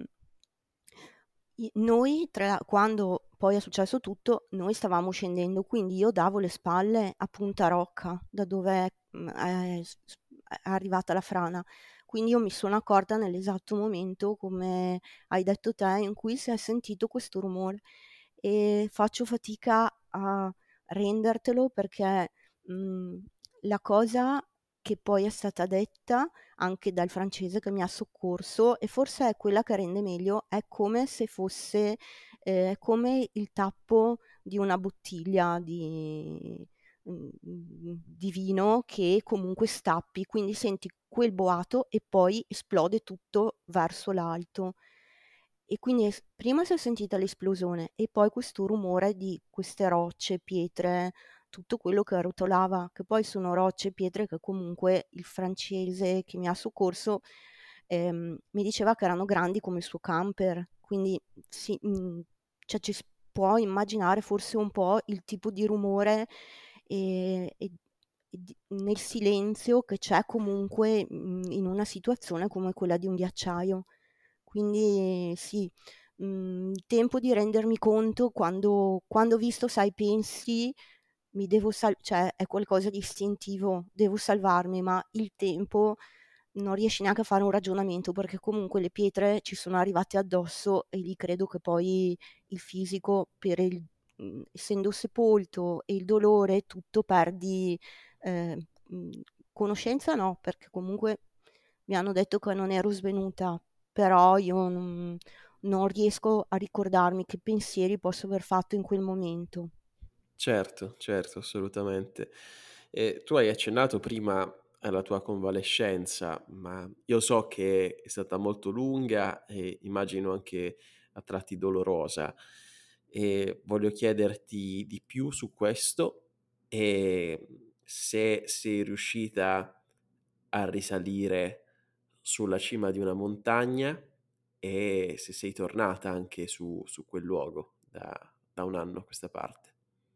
noi, quando poi è successo tutto, noi stavamo scendendo, quindi io davo le spalle a Punta Rocca, da dove è arrivata la frana. Quindi io mi sono accorta nell'esatto momento, come hai detto te, in cui si è sentito questo rumore e faccio fatica a rendertelo perché mh, la cosa che poi è stata detta anche dal francese che mi ha soccorso e forse è quella che rende meglio, è come se fosse come il tappo di una bottiglia di vino che comunque stappi, quindi senti quel boato e poi esplode tutto verso l'alto. E quindi prima si è sentita l'esplosione e poi questo rumore di queste rocce, pietre, tutto quello che rotolava, che poi sono rocce e pietre che comunque il francese che mi ha soccorso mi diceva che erano grandi come il suo camper, quindi cioè ci si può immaginare forse un po' il tipo di rumore nel silenzio che c'è comunque in una situazione come quella di un ghiacciaio. Quindi sì, il tempo di rendermi conto quando ho visto, sai, pensi cioè è qualcosa di istintivo, devo salvarmi, ma il tempo non riesci neanche a fare un ragionamento perché comunque le pietre ci sono arrivate addosso e lì credo che poi il fisico, essendo sepolto e il dolore, tutto perdi eh, mh, conoscenza, no, perché comunque mi hanno detto che non ero svenuta, però io non riesco a ricordarmi che pensieri posso aver fatto in quel momento. Certo, certo, assolutamente. Tu hai accennato prima alla tua convalescenza, ma io so che è stata molto lunga e immagino anche a tratti dolorosa. E voglio chiederti di più su questo e se sei riuscita a risalire sulla cima di una montagna e se sei tornata anche su quel luogo da un anno a questa parte.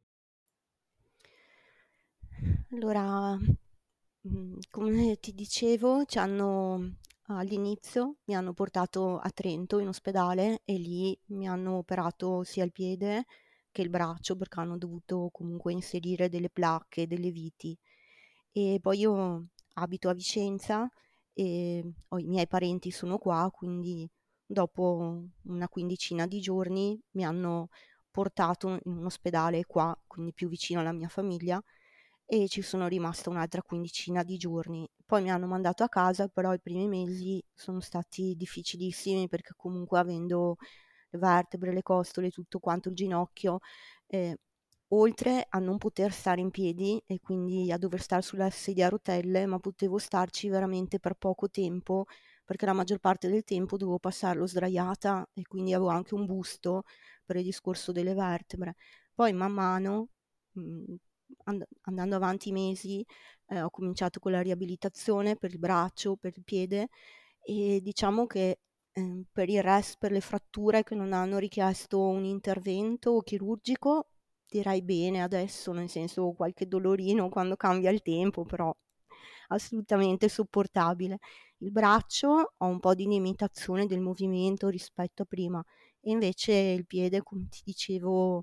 Allora, come ti dicevo, all'inizio mi hanno portato a Trento in ospedale e lì mi hanno operato sia il piede che il braccio perché hanno dovuto comunque inserire delle placche, delle viti. E poi io abito a Vicenza e i miei parenti sono qua, quindi dopo una quindicina di giorni mi hanno portato in un ospedale qua, quindi più vicino alla mia famiglia e ci sono rimasta un'altra quindicina di giorni. Poi mi hanno mandato a casa, però i primi mesi sono stati difficilissimi perché comunque avendo le vertebre, le costole, tutto quanto il ginocchio, eh, oltre a non poter stare in piedi e quindi a dover stare sulla sedia a rotelle, ma potevo starci veramente per poco tempo perché la maggior parte del tempo dovevo passarlo sdraiata e quindi avevo anche un busto per il discorso delle vertebre. Poi man mano, mh, andando avanti i mesi, ho cominciato con la riabilitazione per il braccio, per il piede e diciamo che per il resto, per le fratture che non hanno richiesto un intervento chirurgico, direi bene adesso, nel senso qualche dolorino quando cambia il tempo, però assolutamente sopportabile. Il braccio ho un po' di limitazione del movimento rispetto a prima e invece il piede, come ti dicevo,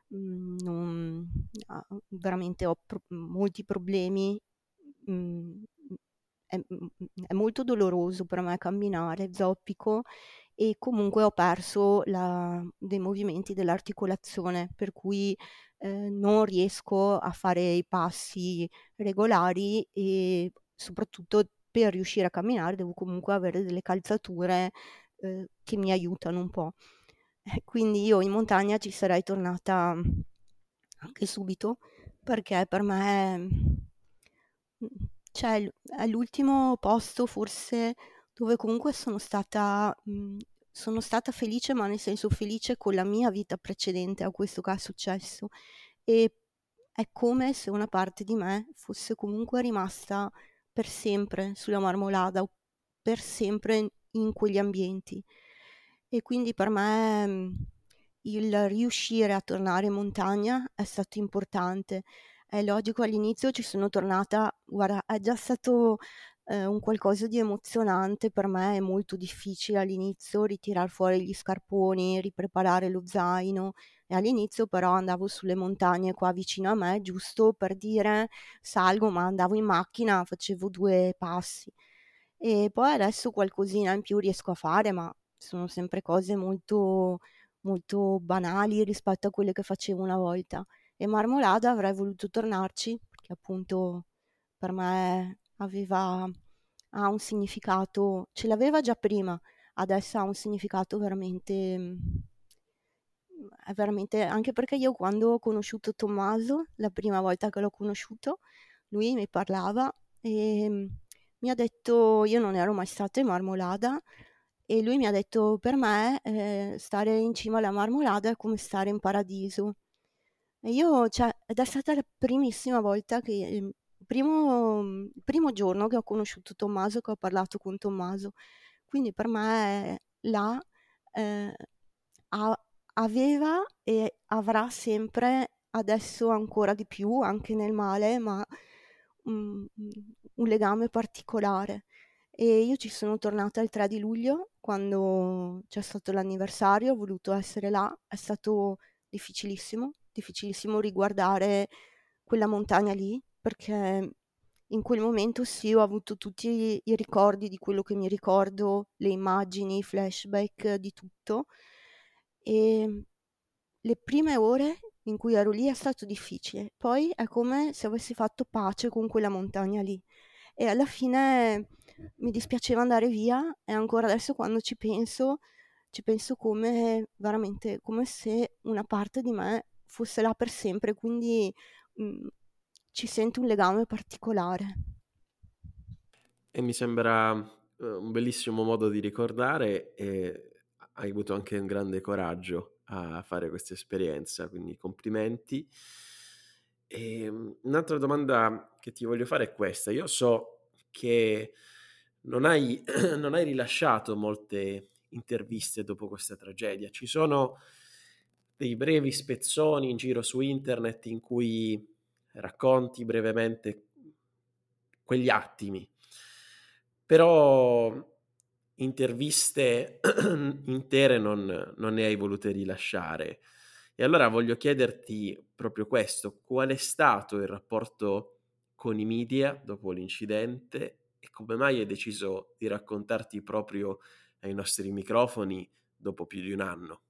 veramente ho molti problemi. mm, è molto doloroso per me camminare, zoppico e comunque ho perso dei movimenti dell'articolazione, per cui non riesco a fare i passi regolari e soprattutto per riuscire a camminare devo comunque avere delle calzature che mi aiutano un po'. Quindi io in montagna ci sarei tornata anche subito perché per me cioè, è l'ultimo posto forse dove comunque sono stata felice, ma nel senso felice con la mia vita precedente a questo che è successo. E è come se una parte di me fosse comunque rimasta per sempre sulla Marmolada o per sempre in quegli ambienti. e quindi per me il riuscire a tornare in montagna è stato importante. È logico, all'inizio ci sono tornata, guarda, è già stato un qualcosa di emozionante per me, è molto difficile all'inizio ritirar fuori gli scarponi, ripreparare lo zaino, e all'inizio però andavo sulle montagne qua vicino a me, giusto per dire salgo, ma andavo in macchina, facevo 2 passi. E poi adesso qualcosina in più riesco a fare, ma sono sempre cose molto, molto banali rispetto a quelle che facevo una volta. E Marmolada avrei voluto tornarci, perché appunto per me ha un significato, ce l'aveva già prima, adesso ha un significato veramente, è veramente, anche perché io quando ho conosciuto Tommaso, la prima volta che l'ho conosciuto, lui mi parlava e mi ha detto, io non ero mai stata in Marmolada, e lui mi ha detto, per me stare in cima alla Marmolada è come stare in paradiso. E io, cioè, ed è stata la primissima volta che, il primo giorno che ho conosciuto Tommaso, che ho parlato con Tommaso. Quindi per me là eh, ha- aveva e avrà sempre, adesso ancora di più, anche nel male, ma un, un legame particolare. E io ci sono tornata il 3 di luglio, quando c'è stato l'anniversario, ho voluto essere là, è stato difficilissimo, difficilissimo riguardare quella montagna lì, perché in quel momento sì, ho avuto tutti i ricordi di quello che mi ricordo, le immagini, i flashback di tutto. E le prime ore in cui ero lì è stato difficile, poi è come se avessi fatto pace con quella montagna lì. E alla fine mi dispiaceva andare via, e ancora adesso quando ci penso come veramente, come se una parte di me fosse là per sempre, quindi mm, ci sento un legame particolare. E mi sembra un bellissimo modo di ricordare e hai avuto anche un grande coraggio a fare questa esperienza, quindi complimenti. E, un'altra domanda che ti voglio fare è questa. Io so che non hai, non hai rilasciato molte interviste dopo questa tragedia. Ci sono dei brevi spezzoni in giro su internet in cui racconti brevemente quegli attimi, però interviste intere non ne hai volute rilasciare. E allora voglio chiederti proprio questo: qual è stato il rapporto con i media dopo l'incidente e come mai hai deciso di raccontarti proprio ai nostri microfoni dopo più di un anno?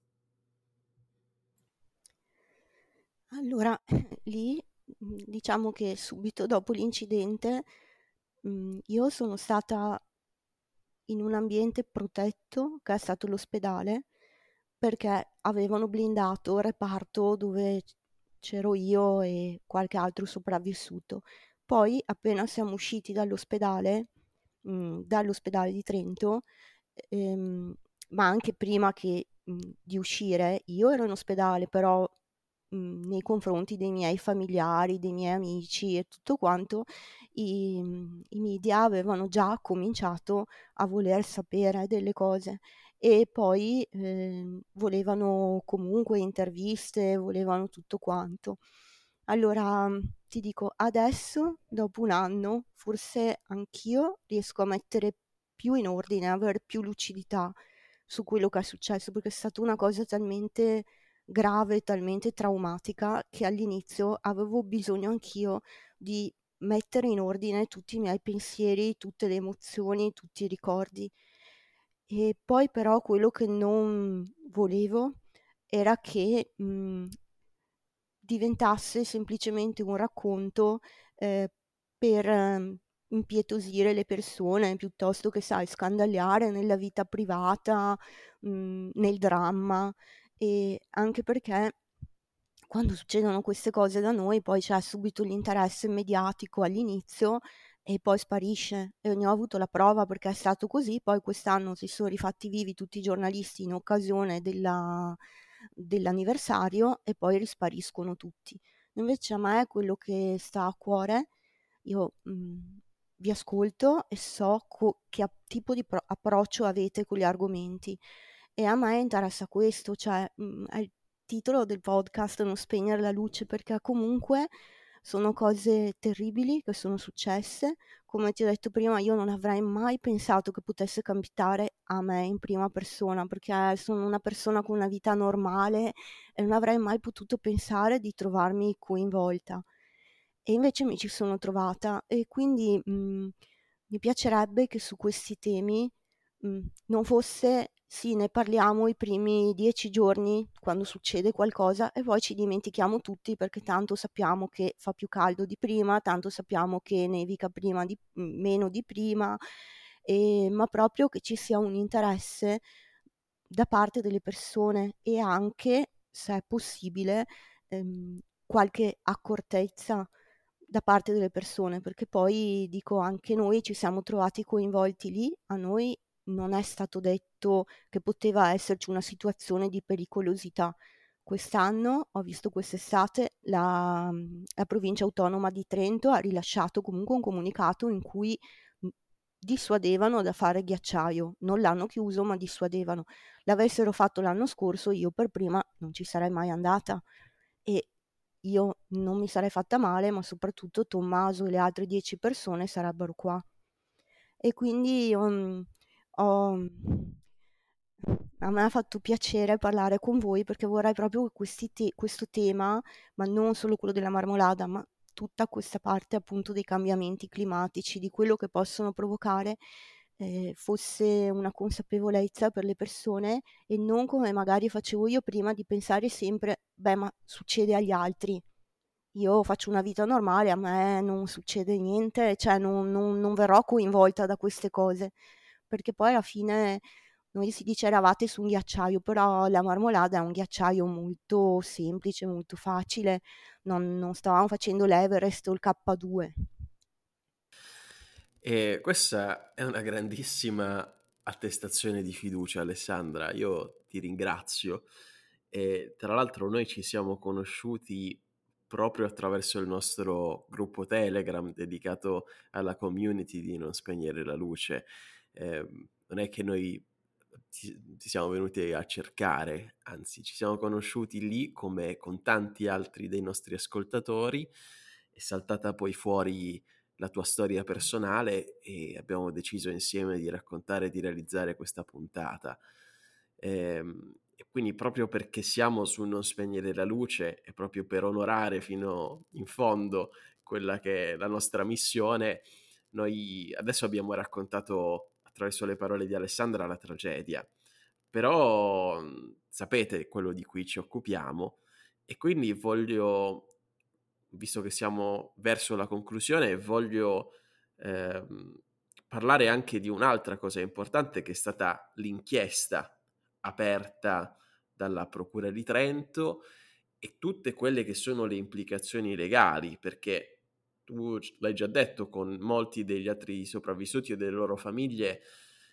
Allora, lì, diciamo che subito dopo l'incidente, io sono stata in un ambiente protetto, che è stato l'ospedale, perché avevano blindato il reparto dove c'ero io e qualche altro sopravvissuto. Poi, appena siamo usciti dall'ospedale di Trento, ehm, ma anche prima di uscire, io ero in ospedale, però nei confronti dei miei familiari, dei miei amici e tutto quanto, i media avevano già cominciato a voler sapere delle cose, e poi volevano comunque interviste, volevano tutto quanto. Allora ti dico, adesso, dopo un anno, forse anch'io riesco a mettere più in ordine, a avere più lucidità su quello che è successo, perché è stata una cosa talmente grave, talmente traumatica, che all'inizio avevo bisogno anch'io di mettere in ordine tutti i miei pensieri, tutte le emozioni, tutti i ricordi. E poi però quello che non volevo era che diventasse semplicemente un racconto per impietosire le persone, piuttosto che, sai, scandagliare nella vita privata, nel dramma. E anche perché quando succedono queste cose da noi poi c'è subito l'interesse mediatico all'inizio e poi sparisce, e ne ho avuto la prova perché è stato così. Poi quest'anno si sono rifatti vivi tutti i giornalisti in occasione dell'anniversario, e poi rispariscono tutti. Invece a me quello che sta a cuore, io vi ascolto e so che tipo di approccio avete con gli argomenti, E a me interessa questo, cioè è il titolo del podcast Non spegnere la luce, perché comunque sono cose terribili che sono successe. Come ti ho detto prima, io non avrei mai pensato che potesse capitare a me in prima persona, perché sono una persona con una vita normale e non avrei mai potuto pensare di trovarmi coinvolta. E invece mi ci sono trovata e quindi mi piacerebbe che su questi temi non fosse, sì, ne parliamo i primi 10 giorni quando succede qualcosa e poi ci dimentichiamo tutti perché tanto sappiamo che fa più caldo di prima, tanto sappiamo che nevica meno di prima, ma proprio che ci sia un interesse da parte delle persone e anche, se è possibile, qualche accortezza da parte delle persone, perché poi dico anche noi ci siamo trovati coinvolti lì, a noi non è stato detto che poteva esserci una situazione di pericolosità. Quest'anno, ho visto quest'estate, la provincia autonoma di Trento ha rilasciato comunque un comunicato in cui dissuadevano da fare ghiacciaio, non l'hanno chiuso ma dissuadevano. L'avessero fatto l'anno scorso io per prima non ci sarei mai andata e io non mi sarei fatta male, ma soprattutto Tommaso e le altre 10 persone sarebbero qua. E quindi ho- a me ha fatto piacere parlare con voi perché vorrei proprio che questo tema, ma non solo quello della marmolada, ma tutta questa parte appunto dei cambiamenti climatici, di quello che possono provocare, fosse una consapevolezza per le persone e non come magari facevo io prima di pensare sempre, beh, ma succede agli altri. Io faccio una vita normale, a me non succede niente, cioè non verrò coinvolta da queste cose, perché poi alla fine noi si dice eravate su un ghiacciaio, però la marmolada è un ghiacciaio molto semplice, molto facile, non stavamo facendo l'Everest o il K2. E questa è una grandissima attestazione di fiducia, Alessandra. Io ti ringrazio. E tra l'altro noi ci siamo conosciuti proprio attraverso il nostro gruppo Telegram dedicato alla community di Non spegnere la luce. Non è che noi ti siamo venuti a cercare, anzi ci siamo conosciuti lì come con tanti altri dei nostri ascoltatori. È saltata poi fuori la tua storia personale e abbiamo deciso insieme di raccontare e di realizzare questa puntata. E quindi proprio perché siamo su Non spegnere la luce e proprio per onorare fino in fondo quella che è la nostra missione, noi adesso abbiamo raccontato attraverso le parole di Alessandra la tragedia, però sapete quello di cui ci occupiamo e quindi voglio, visto che siamo verso la conclusione, voglio ehm, parlare anche di un'altra cosa importante che è stata l'inchiesta aperta dalla Procura di Trento e tutte quelle che sono le implicazioni legali, perché tu l'hai già detto, con molti degli altri sopravvissuti e delle loro famiglie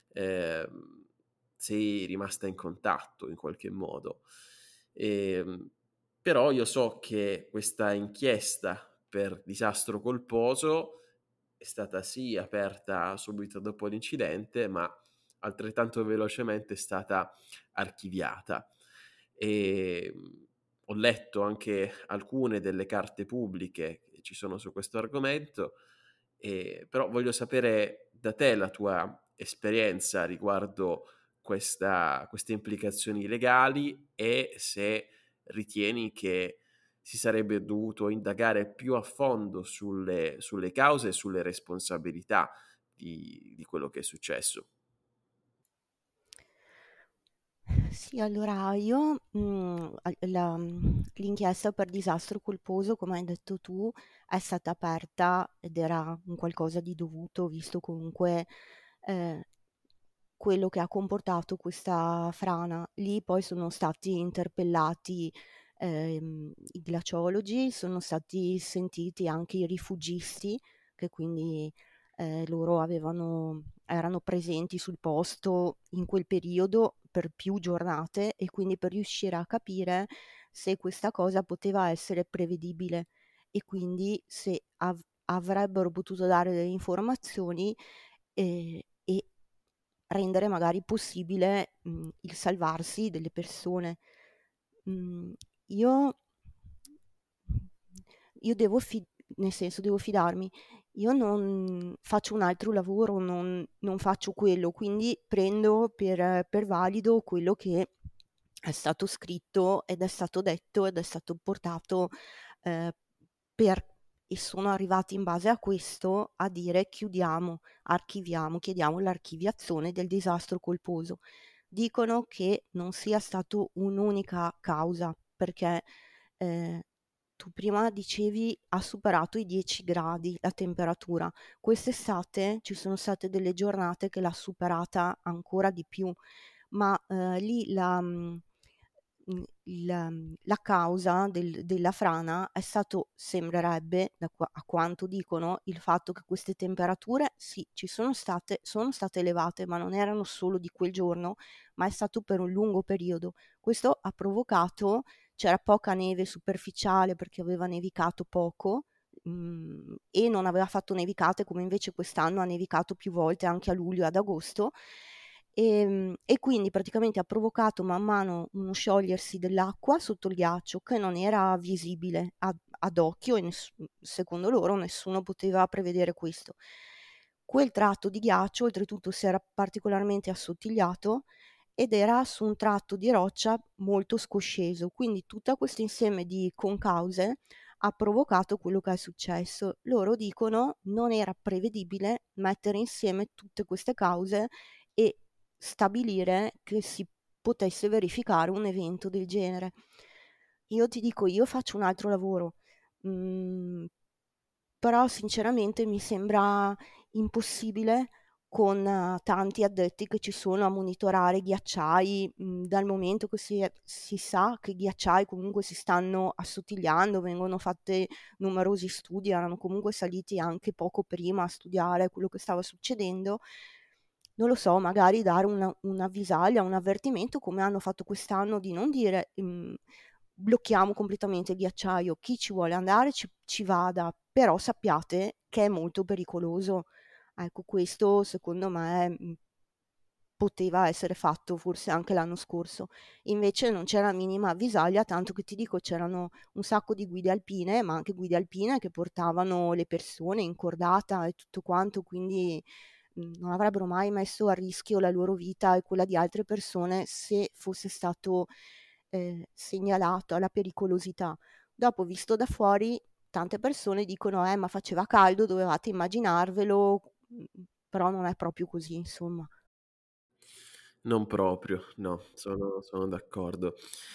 sei rimasta in contatto in qualche modo. Ehm, Però io so che questa inchiesta per disastro colposo è stata sì aperta subito dopo l'incidente, ma altrettanto velocemente è stata archiviata. E ho letto anche alcune delle carte pubbliche che ci sono su questo argomento, però voglio sapere da te la tua esperienza riguardo queste implicazioni legali e se ritieni che si sarebbe dovuto indagare più a fondo sulle cause e sulle responsabilità di quello che è successo. Sì, allora io l'inchiesta per disastro colposo, come hai detto tu, è stata aperta ed era un qualcosa di dovuto, visto comunque eh, quello che ha comportato questa frana. Lì poi sono stati interpellati i glaciologi, sono stati sentiti anche i rifugisti, che quindi loro erano presenti sul posto in quel periodo per più giornate e quindi per riuscire a capire se questa cosa poteva essere prevedibile e quindi se avrebbero potuto dare delle informazioni e rendere magari possibile il salvarsi delle persone. Io, io nel senso devo fidarmi. Io non faccio un altro lavoro, non faccio quello, quindi prendo per valido quello che è stato scritto ed è stato detto ed è stato portato eh, per, e sono arrivati in base a questo a dire chiudiamo, archiviamo, chiediamo l'archiviazione del disastro colposo. Dicono che non sia stato un'unica causa, perché eh, tu prima dicevi ha superato i 10 gradi la temperatura. Quest'estate ci sono state delle giornate che l'ha superata ancora di più, ma lì la causa della frana è stato, sembrerebbe, a quanto dicono, il fatto che queste temperature sì, sono state elevate, ma non erano solo di quel giorno, ma è stato per un lungo periodo. Questo ha provocato, c'era poca neve superficiale perché aveva nevicato poco, e non aveva fatto nevicate come invece quest'anno ha nevicato più volte anche a luglio e ad agosto. E quindi praticamente ha provocato man mano uno sciogliersi dell'acqua sotto il ghiaccio che non era visibile ad occhio e secondo loro nessuno poteva prevedere questo. Quel tratto di ghiaccio oltretutto si era particolarmente assottigliato ed era su un tratto di roccia molto scosceso, quindi tutto questo insieme di concause ha provocato quello che è successo. Loro dicono non era prevedibile mettere insieme tutte queste cause e stabilire che si potesse verificare un evento del genere. Io ti dico, io faccio un altro lavoro, mm, però sinceramente mi sembra impossibile con tanti addetti che ci sono a monitorare i ghiacciai, dal momento che si sa che i ghiacciai comunque si stanno assottigliando, vengono fatti numerosi studi, erano comunque saliti anche poco prima a studiare quello che stava succedendo. Non lo so, magari dare un'avvisaglia, un avvertimento come hanno fatto quest'anno di non dire blocchiamo completamente il ghiacciaio, chi ci vuole andare ci vada, però sappiate che è molto pericoloso. Ecco, questo secondo me poteva essere fatto forse anche l'anno scorso. Invece non c'era minima avvisaglia, tanto che ti dico c'erano un sacco di guide alpine, ma anche guide alpine che portavano le persone in cordata e tutto quanto, quindi non avrebbero mai messo a rischio la loro vita e quella di altre persone se fosse stato segnalato la pericolosità. Dopo, visto da fuori, tante persone dicono, ma faceva caldo, dovevate immaginarvelo, però non è proprio così, insomma. Non proprio, no, sono d'accordo.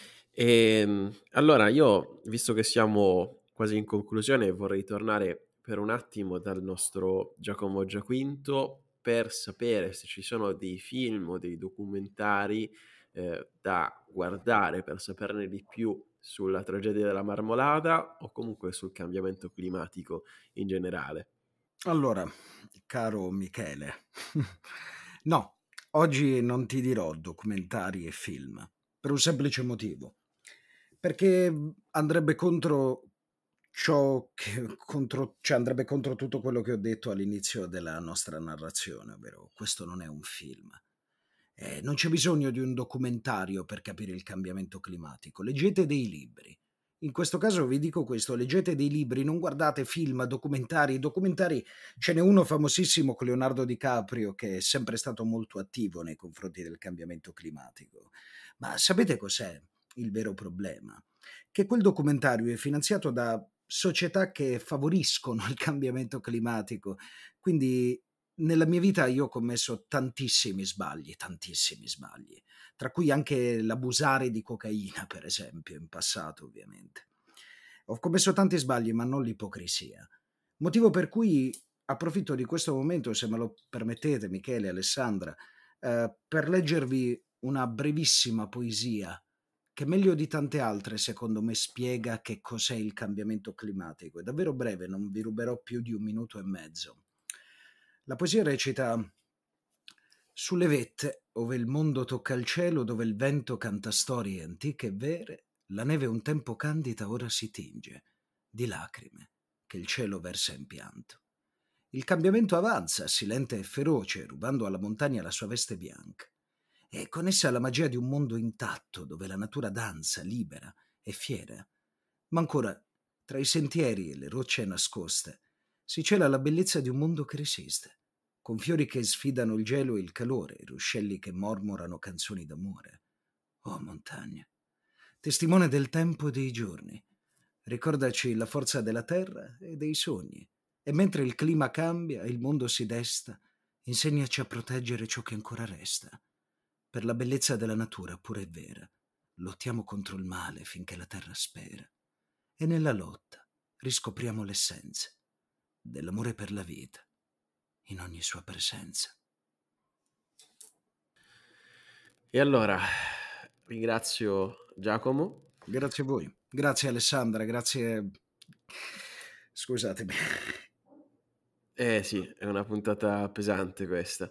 Allora io, visto che siamo quasi in conclusione, vorrei tornare per un attimo dal nostro Giacomo Giaquinto per sapere se ci sono dei film o dei documentari da guardare per saperne di più sulla tragedia della Marmolada o comunque sul cambiamento climatico in generale. Allora, caro Michele, no, oggi non ti dirò documentari e film, per un semplice motivo, perché andrebbe contro cioè andrebbe contro tutto quello che ho detto all'inizio della nostra narrazione, ovvero questo non è un film. Non c'è bisogno di un documentario per capire il cambiamento climatico. Leggete dei libri. In questo caso vi dico questo, leggete dei libri, non guardate film, documentari. Documentari, ce n'è uno famosissimo con Leonardo DiCaprio che è sempre stato molto attivo nei confronti del cambiamento climatico. Ma sapete cos'è il vero problema? Che quel documentario è finanziato da società che favoriscono il cambiamento climatico. Quindi nella mia vita io ho commesso tantissimi sbagli, tra cui anche l'abusare di cocaina, per esempio, in passato ovviamente. Ho commesso tanti sbagli, ma non l'ipocrisia. Motivo per cui approfitto di questo momento, se me lo permettete, Michele e Alessandra, per leggervi una brevissima poesia che meglio di tante altre, secondo me, spiega che cos'è il cambiamento climatico. È davvero breve, non vi ruberò più di 1 minuto e mezzo. La poesia recita: sulle vette, ove il mondo tocca il cielo, dove il vento canta storie antiche e vere, la neve un tempo candida ora si tinge di lacrime che il cielo versa in pianto. Il cambiamento avanza, silente e feroce, rubando alla montagna la sua veste bianca. E con essa la magia di un mondo intatto, dove la natura danza, libera e fiera. Ma ancora, tra i sentieri e le rocce nascoste, si cela la bellezza di un mondo che resiste, con fiori che sfidano il gelo e il calore, ruscelli che mormorano canzoni d'amore. Oh montagna, testimone del tempo e dei giorni, ricordaci la forza della terra e dei sogni, e mentre il clima cambia e il mondo si desta, insegnaci a proteggere ciò che ancora resta. Per la bellezza della natura pura e vera, lottiamo contro il male finché la terra spera, e nella lotta riscopriamo l'essenza dell'amore per la vita in ogni sua presenza. E allora, ringrazio Giacomo. Grazie a voi, grazie Alessandra, grazie... Scusatemi. Sì, è una puntata pesante questa.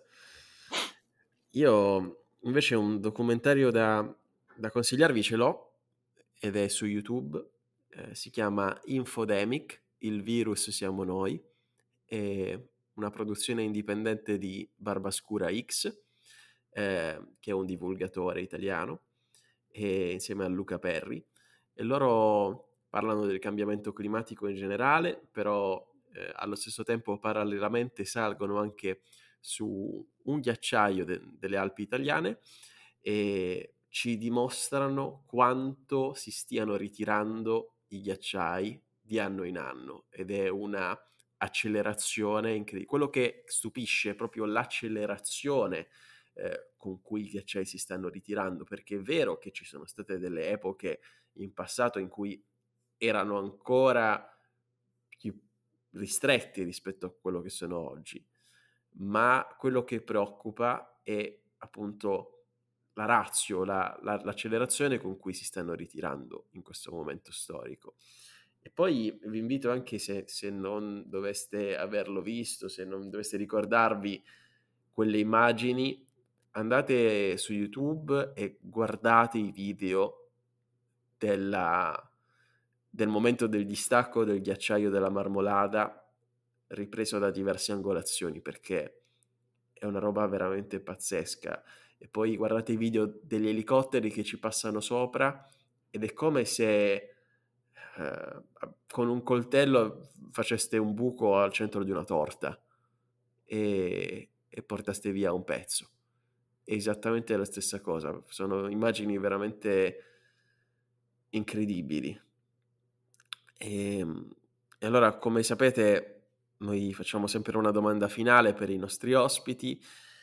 Io invece un documentario da consigliarvi ce l'ho, ed è su YouTube, si chiama Infodemic, il virus siamo noi, è una produzione indipendente di Barbascura X, che è un divulgatore italiano, e insieme a Luca Perri, e loro parlano del cambiamento climatico in generale, però allo stesso tempo parallelamente salgono anche su un ghiacciaio delle Alpi italiane e ci dimostrano quanto si stiano ritirando i ghiacciai di anno in anno, ed è una accelerazione incredibile. Quello che stupisce è proprio l'accelerazione con cui i ghiacciai si stanno ritirando, perché è vero che ci sono state delle epoche in passato in cui erano ancora più ristretti rispetto a quello che sono oggi, ma quello che preoccupa è appunto la ratio, l'accelerazione con cui si stanno ritirando in questo momento storico. E poi vi invito anche, se non doveste averlo visto, se non doveste ricordarvi quelle immagini, andate su YouTube e guardate i video del momento del distacco del ghiacciaio della Marmolada ripreso da diverse angolazioni, perché è una roba veramente pazzesca. E poi guardate i video degli elicotteri che ci passano sopra ed è come se con un coltello faceste un buco al centro di una torta e portaste via un pezzo. È esattamente la stessa cosa, sono immagini veramente incredibili. E allora, come sapete, noi facciamo sempre una domanda finale per i nostri ospiti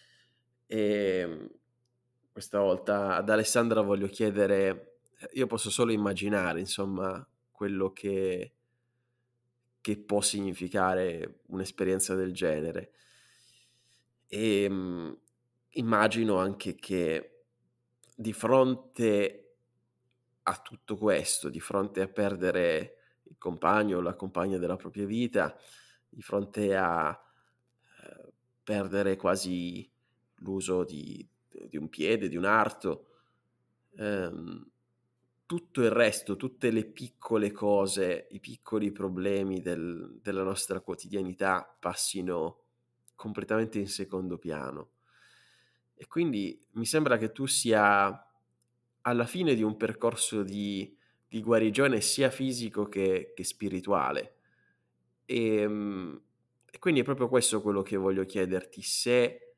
e questa volta ad Alessandra voglio chiedere, io posso solo immaginare, insomma, quello che può significare un'esperienza del genere. E immagino anche che di fronte a tutto questo, di fronte a perdere il compagno o la compagna della propria vita, di fronte a perdere quasi l'uso di un piede, di un arto, ehm, tutto il resto, tutte le piccole cose, i piccoli problemi della nostra quotidianità passino completamente in secondo piano. E quindi mi sembra che tu sia alla fine di un percorso di guarigione sia fisico che spirituale. E quindi è proprio questo quello che voglio chiederti, se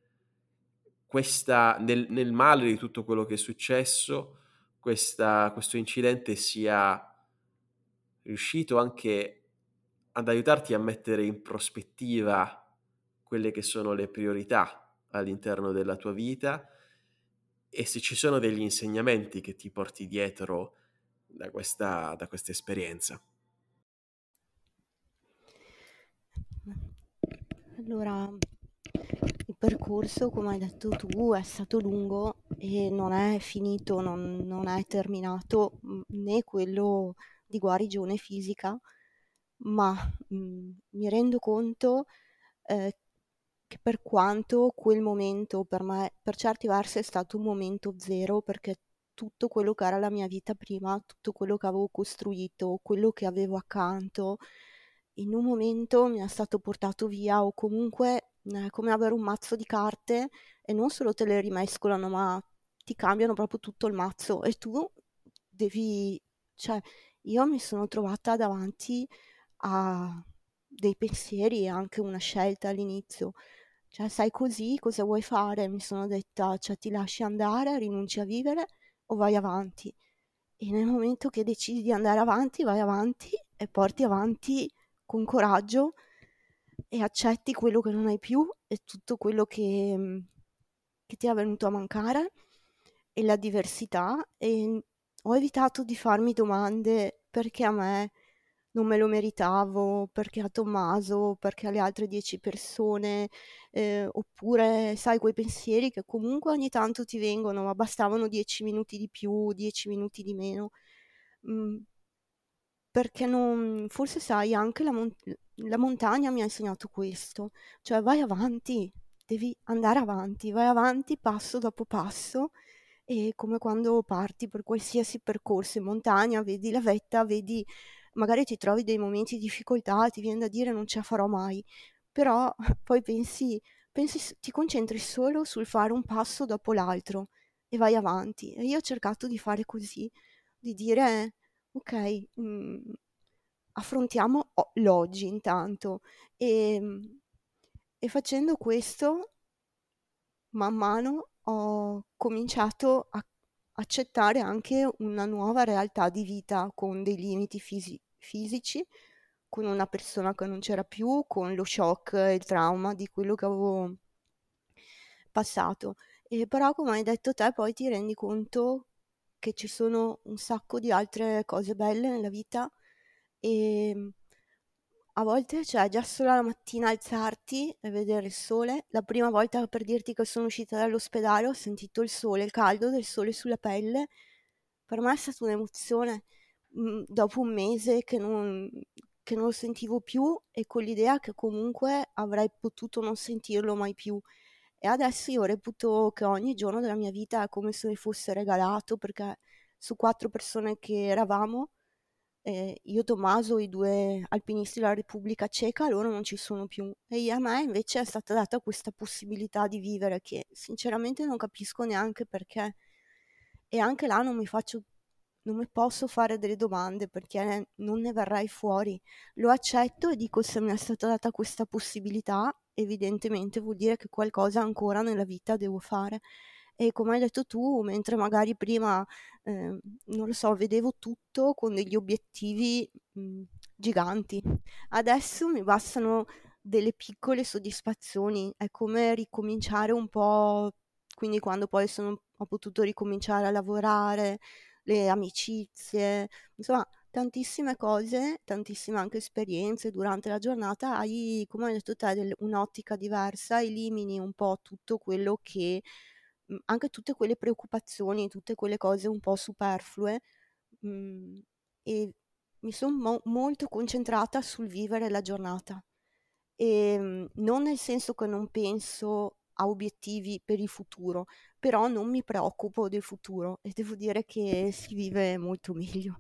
nel male di tutto quello che è successo, questo incidente sia riuscito anche ad aiutarti a mettere in prospettiva quelle che sono le priorità all'interno della tua vita, e se ci sono degli insegnamenti che ti porti dietro da questa esperienza. Allora, il percorso, come hai detto tu, è stato lungo e non è finito, non è terminato, né quello di guarigione fisica, ma mi rendo conto che per quanto quel momento per me, per certi versi, è stato un momento zero, perché tutto quello che era la mia vita prima, tutto quello che avevo costruito, quello che avevo accanto, in un momento mi è stato portato via, o comunque è come avere un mazzo di carte e non solo te le rimescolano, ma ti cambiano proprio tutto il mazzo e tu devi, cioè io mi sono trovata davanti a dei pensieri e anche una scelta all'inizio. Cioè, sai così, cosa vuoi fare? Mi sono detta, cioè ti lasci andare, rinunci a vivere o vai avanti? E nel momento che decidi di andare avanti, vai avanti e porti avanti con coraggio e accetti quello che non hai più e tutto quello che ti è venuto a mancare e la diversità. E ho evitato di farmi domande perché a me non me lo meritavo, perché a Tommaso, perché alle altre 10 persone, oppure sai quei pensieri che comunque ogni tanto ti vengono, ma bastavano 10 minuti di più, 10 minuti di meno. Mm, perché non, forse sai, anche la montagna mi ha insegnato questo, cioè vai avanti, devi andare avanti, vai avanti passo dopo passo e come quando parti per qualsiasi percorso in montagna, vedi la vetta, vedi, magari ti trovi dei momenti di difficoltà, ti viene da dire non ce la farò mai, però poi ti concentri solo sul fare un passo dopo l'altro e vai avanti. E io ho cercato di fare così, di dire ok, affrontiamo l'oggi intanto e facendo questo man mano ho cominciato a accettare anche una nuova realtà di vita con dei limiti fisici, con una persona che non c'era più, con lo shock e il trauma di quello che avevo passato. E però, come hai detto te, poi ti rendi conto che ci sono un sacco di altre cose belle nella vita e a volte, cioè, già solo la mattina alzarti e vedere il sole. La prima volta per dirti che sono uscita dall'ospedale ho sentito il sole, il caldo del sole sulla pelle. Per me è stata un'emozione. Dopo un mese che non lo sentivo più e con l'idea che comunque avrei potuto non sentirlo mai più. E adesso io reputo che ogni giorno della mia vita è come se mi fosse regalato perché su 4 persone che eravamo, io, Tommaso, i 2 alpinisti della Repubblica Ceca, loro non ci sono più. A me invece è stata data questa possibilità di vivere che sinceramente non capisco neanche perché. E anche là non mi posso fare delle domande perché non ne verrai fuori. Lo accetto e dico se mi è stata data questa possibilità, evidentemente vuol dire che qualcosa ancora nella vita devo fare. E come hai detto tu, mentre magari prima, non lo so, vedevo tutto con degli obiettivi giganti, adesso mi bastano delle piccole soddisfazioni, è come ricominciare un po', quindi quando poi ho potuto ricominciare a lavorare, le amicizie, insomma tantissime cose, tantissime anche esperienze durante la giornata, hai, come hai detto te, un'ottica diversa, elimini un po' tutto quello che, anche tutte quelle preoccupazioni, tutte quelle cose un po' superflue, mh, e mi sono molto concentrata sul vivere la giornata. Non nel senso che non penso a obiettivi per il futuro, però non mi preoccupo del futuro e devo dire che si vive molto meglio.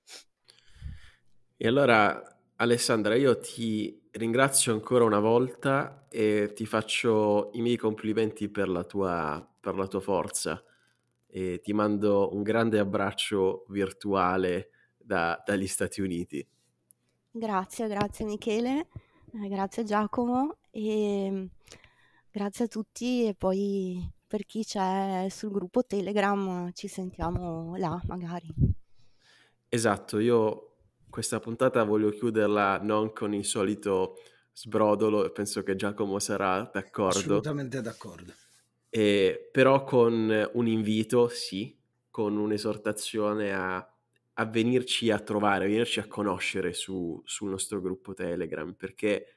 E allora, Alessandra, io ti ringrazio ancora una volta e ti faccio i miei complimenti per la tua forza e ti mando un grande abbraccio virtuale dagli Stati Uniti. Grazie Michele, grazie Giacomo e grazie a tutti e poi per chi c'è sul gruppo Telegram ci sentiamo là magari. Esatto, io questa puntata voglio chiuderla non con il solito sbrodolo e penso che Giacomo sarà d'accordo. Assolutamente d'accordo. Però con un invito, sì, con un'esortazione a venirci a trovare, a venirci a conoscere sul nostro gruppo Telegram, perché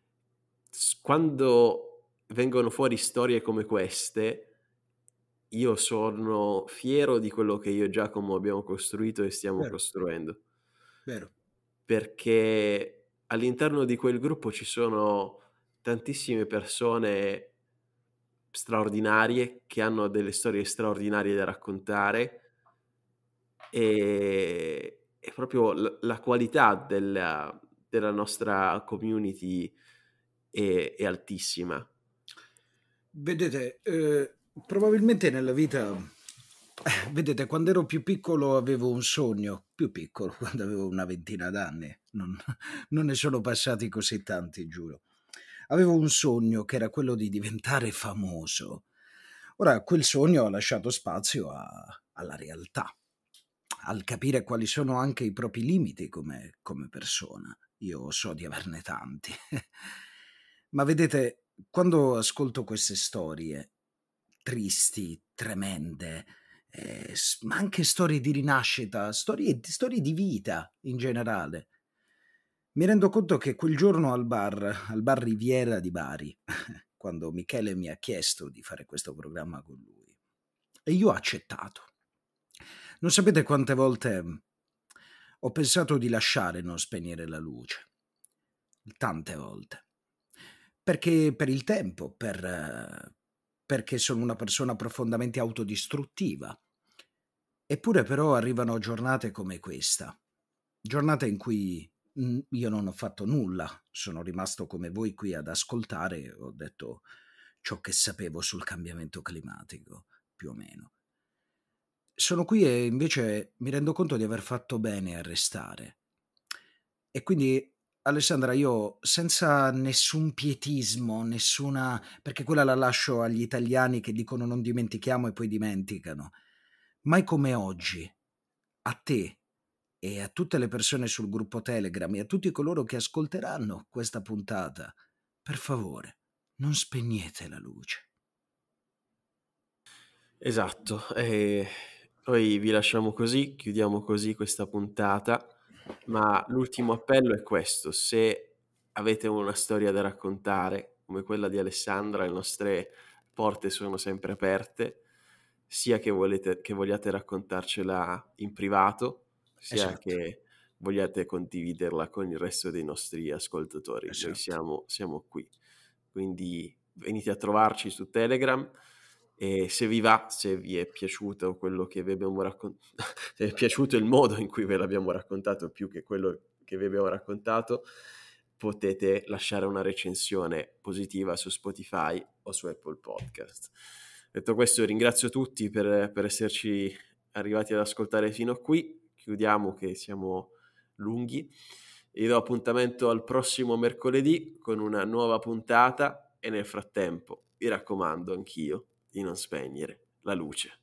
quando vengono fuori storie come queste, io sono fiero di quello che io e Giacomo abbiamo costruito e stiamo Vero, costruendo, vero. perché all'interno di quel gruppo ci sono tantissime persone straordinarie che hanno delle storie straordinarie da raccontare e proprio la qualità della nostra community è altissima. Vedete, probabilmente nella vita, vedete, quando ero più piccolo avevo un sogno, più piccolo, quando avevo una ventina d'anni, non ne sono passati così tanti, giuro. Avevo un sogno che era quello di diventare famoso. Ora, quel sogno ha lasciato spazio alla realtà, al capire quali sono anche i propri limiti come persona. Io so di averne tanti. Ma vedete, quando ascolto queste storie tristi, tremende, ma anche storie di rinascita, storie di vita in generale, mi rendo conto che quel giorno al bar Riviera di Bari, quando Michele mi ha chiesto di fare questo programma con lui, e io ho accettato. Non sapete quante volte ho pensato di lasciare Non spegnere la luce. Tante volte. Perché per il tempo, perché sono una persona profondamente autodistruttiva. Eppure però arrivano giornate come questa, giornate in cui io non ho fatto nulla, sono rimasto come voi qui ad ascoltare e ho detto ciò che sapevo sul cambiamento climatico, più o meno. Sono qui e invece mi rendo conto di aver fatto bene a restare. E quindi, Alessandra, io senza nessun pietismo, nessuna, perché quella la lascio agli italiani che dicono non dimentichiamo e poi dimenticano, mai come oggi, a te e a tutte le persone sul gruppo Telegram e a tutti coloro che ascolteranno questa puntata, per favore, non spegnete la luce. Esatto, noi vi lasciamo così, chiudiamo così questa puntata, ma l'ultimo appello è questo: se avete una storia da raccontare, come quella di Alessandra, le nostre porte sono sempre aperte, sia che vogliate raccontarcela in privato, sia Esatto, che vogliate condividerla con il resto dei nostri ascoltatori. Noi esatto. siamo qui, quindi venite a trovarci su Telegram. E se vi va, se vi è piaciuto quello che vi abbiamo raccontato, se vi è piaciuto il modo in cui ve l'abbiamo raccontato più che quello che vi abbiamo raccontato, potete lasciare una recensione positiva su Spotify o su Apple Podcast. Detto questo, ringrazio tutti per esserci arrivati ad ascoltare fino a qui. Chiudiamo che siamo lunghi. Vi do appuntamento al prossimo mercoledì con una nuova puntata e nel frattempo vi raccomando anch'io di non spegnere la luce.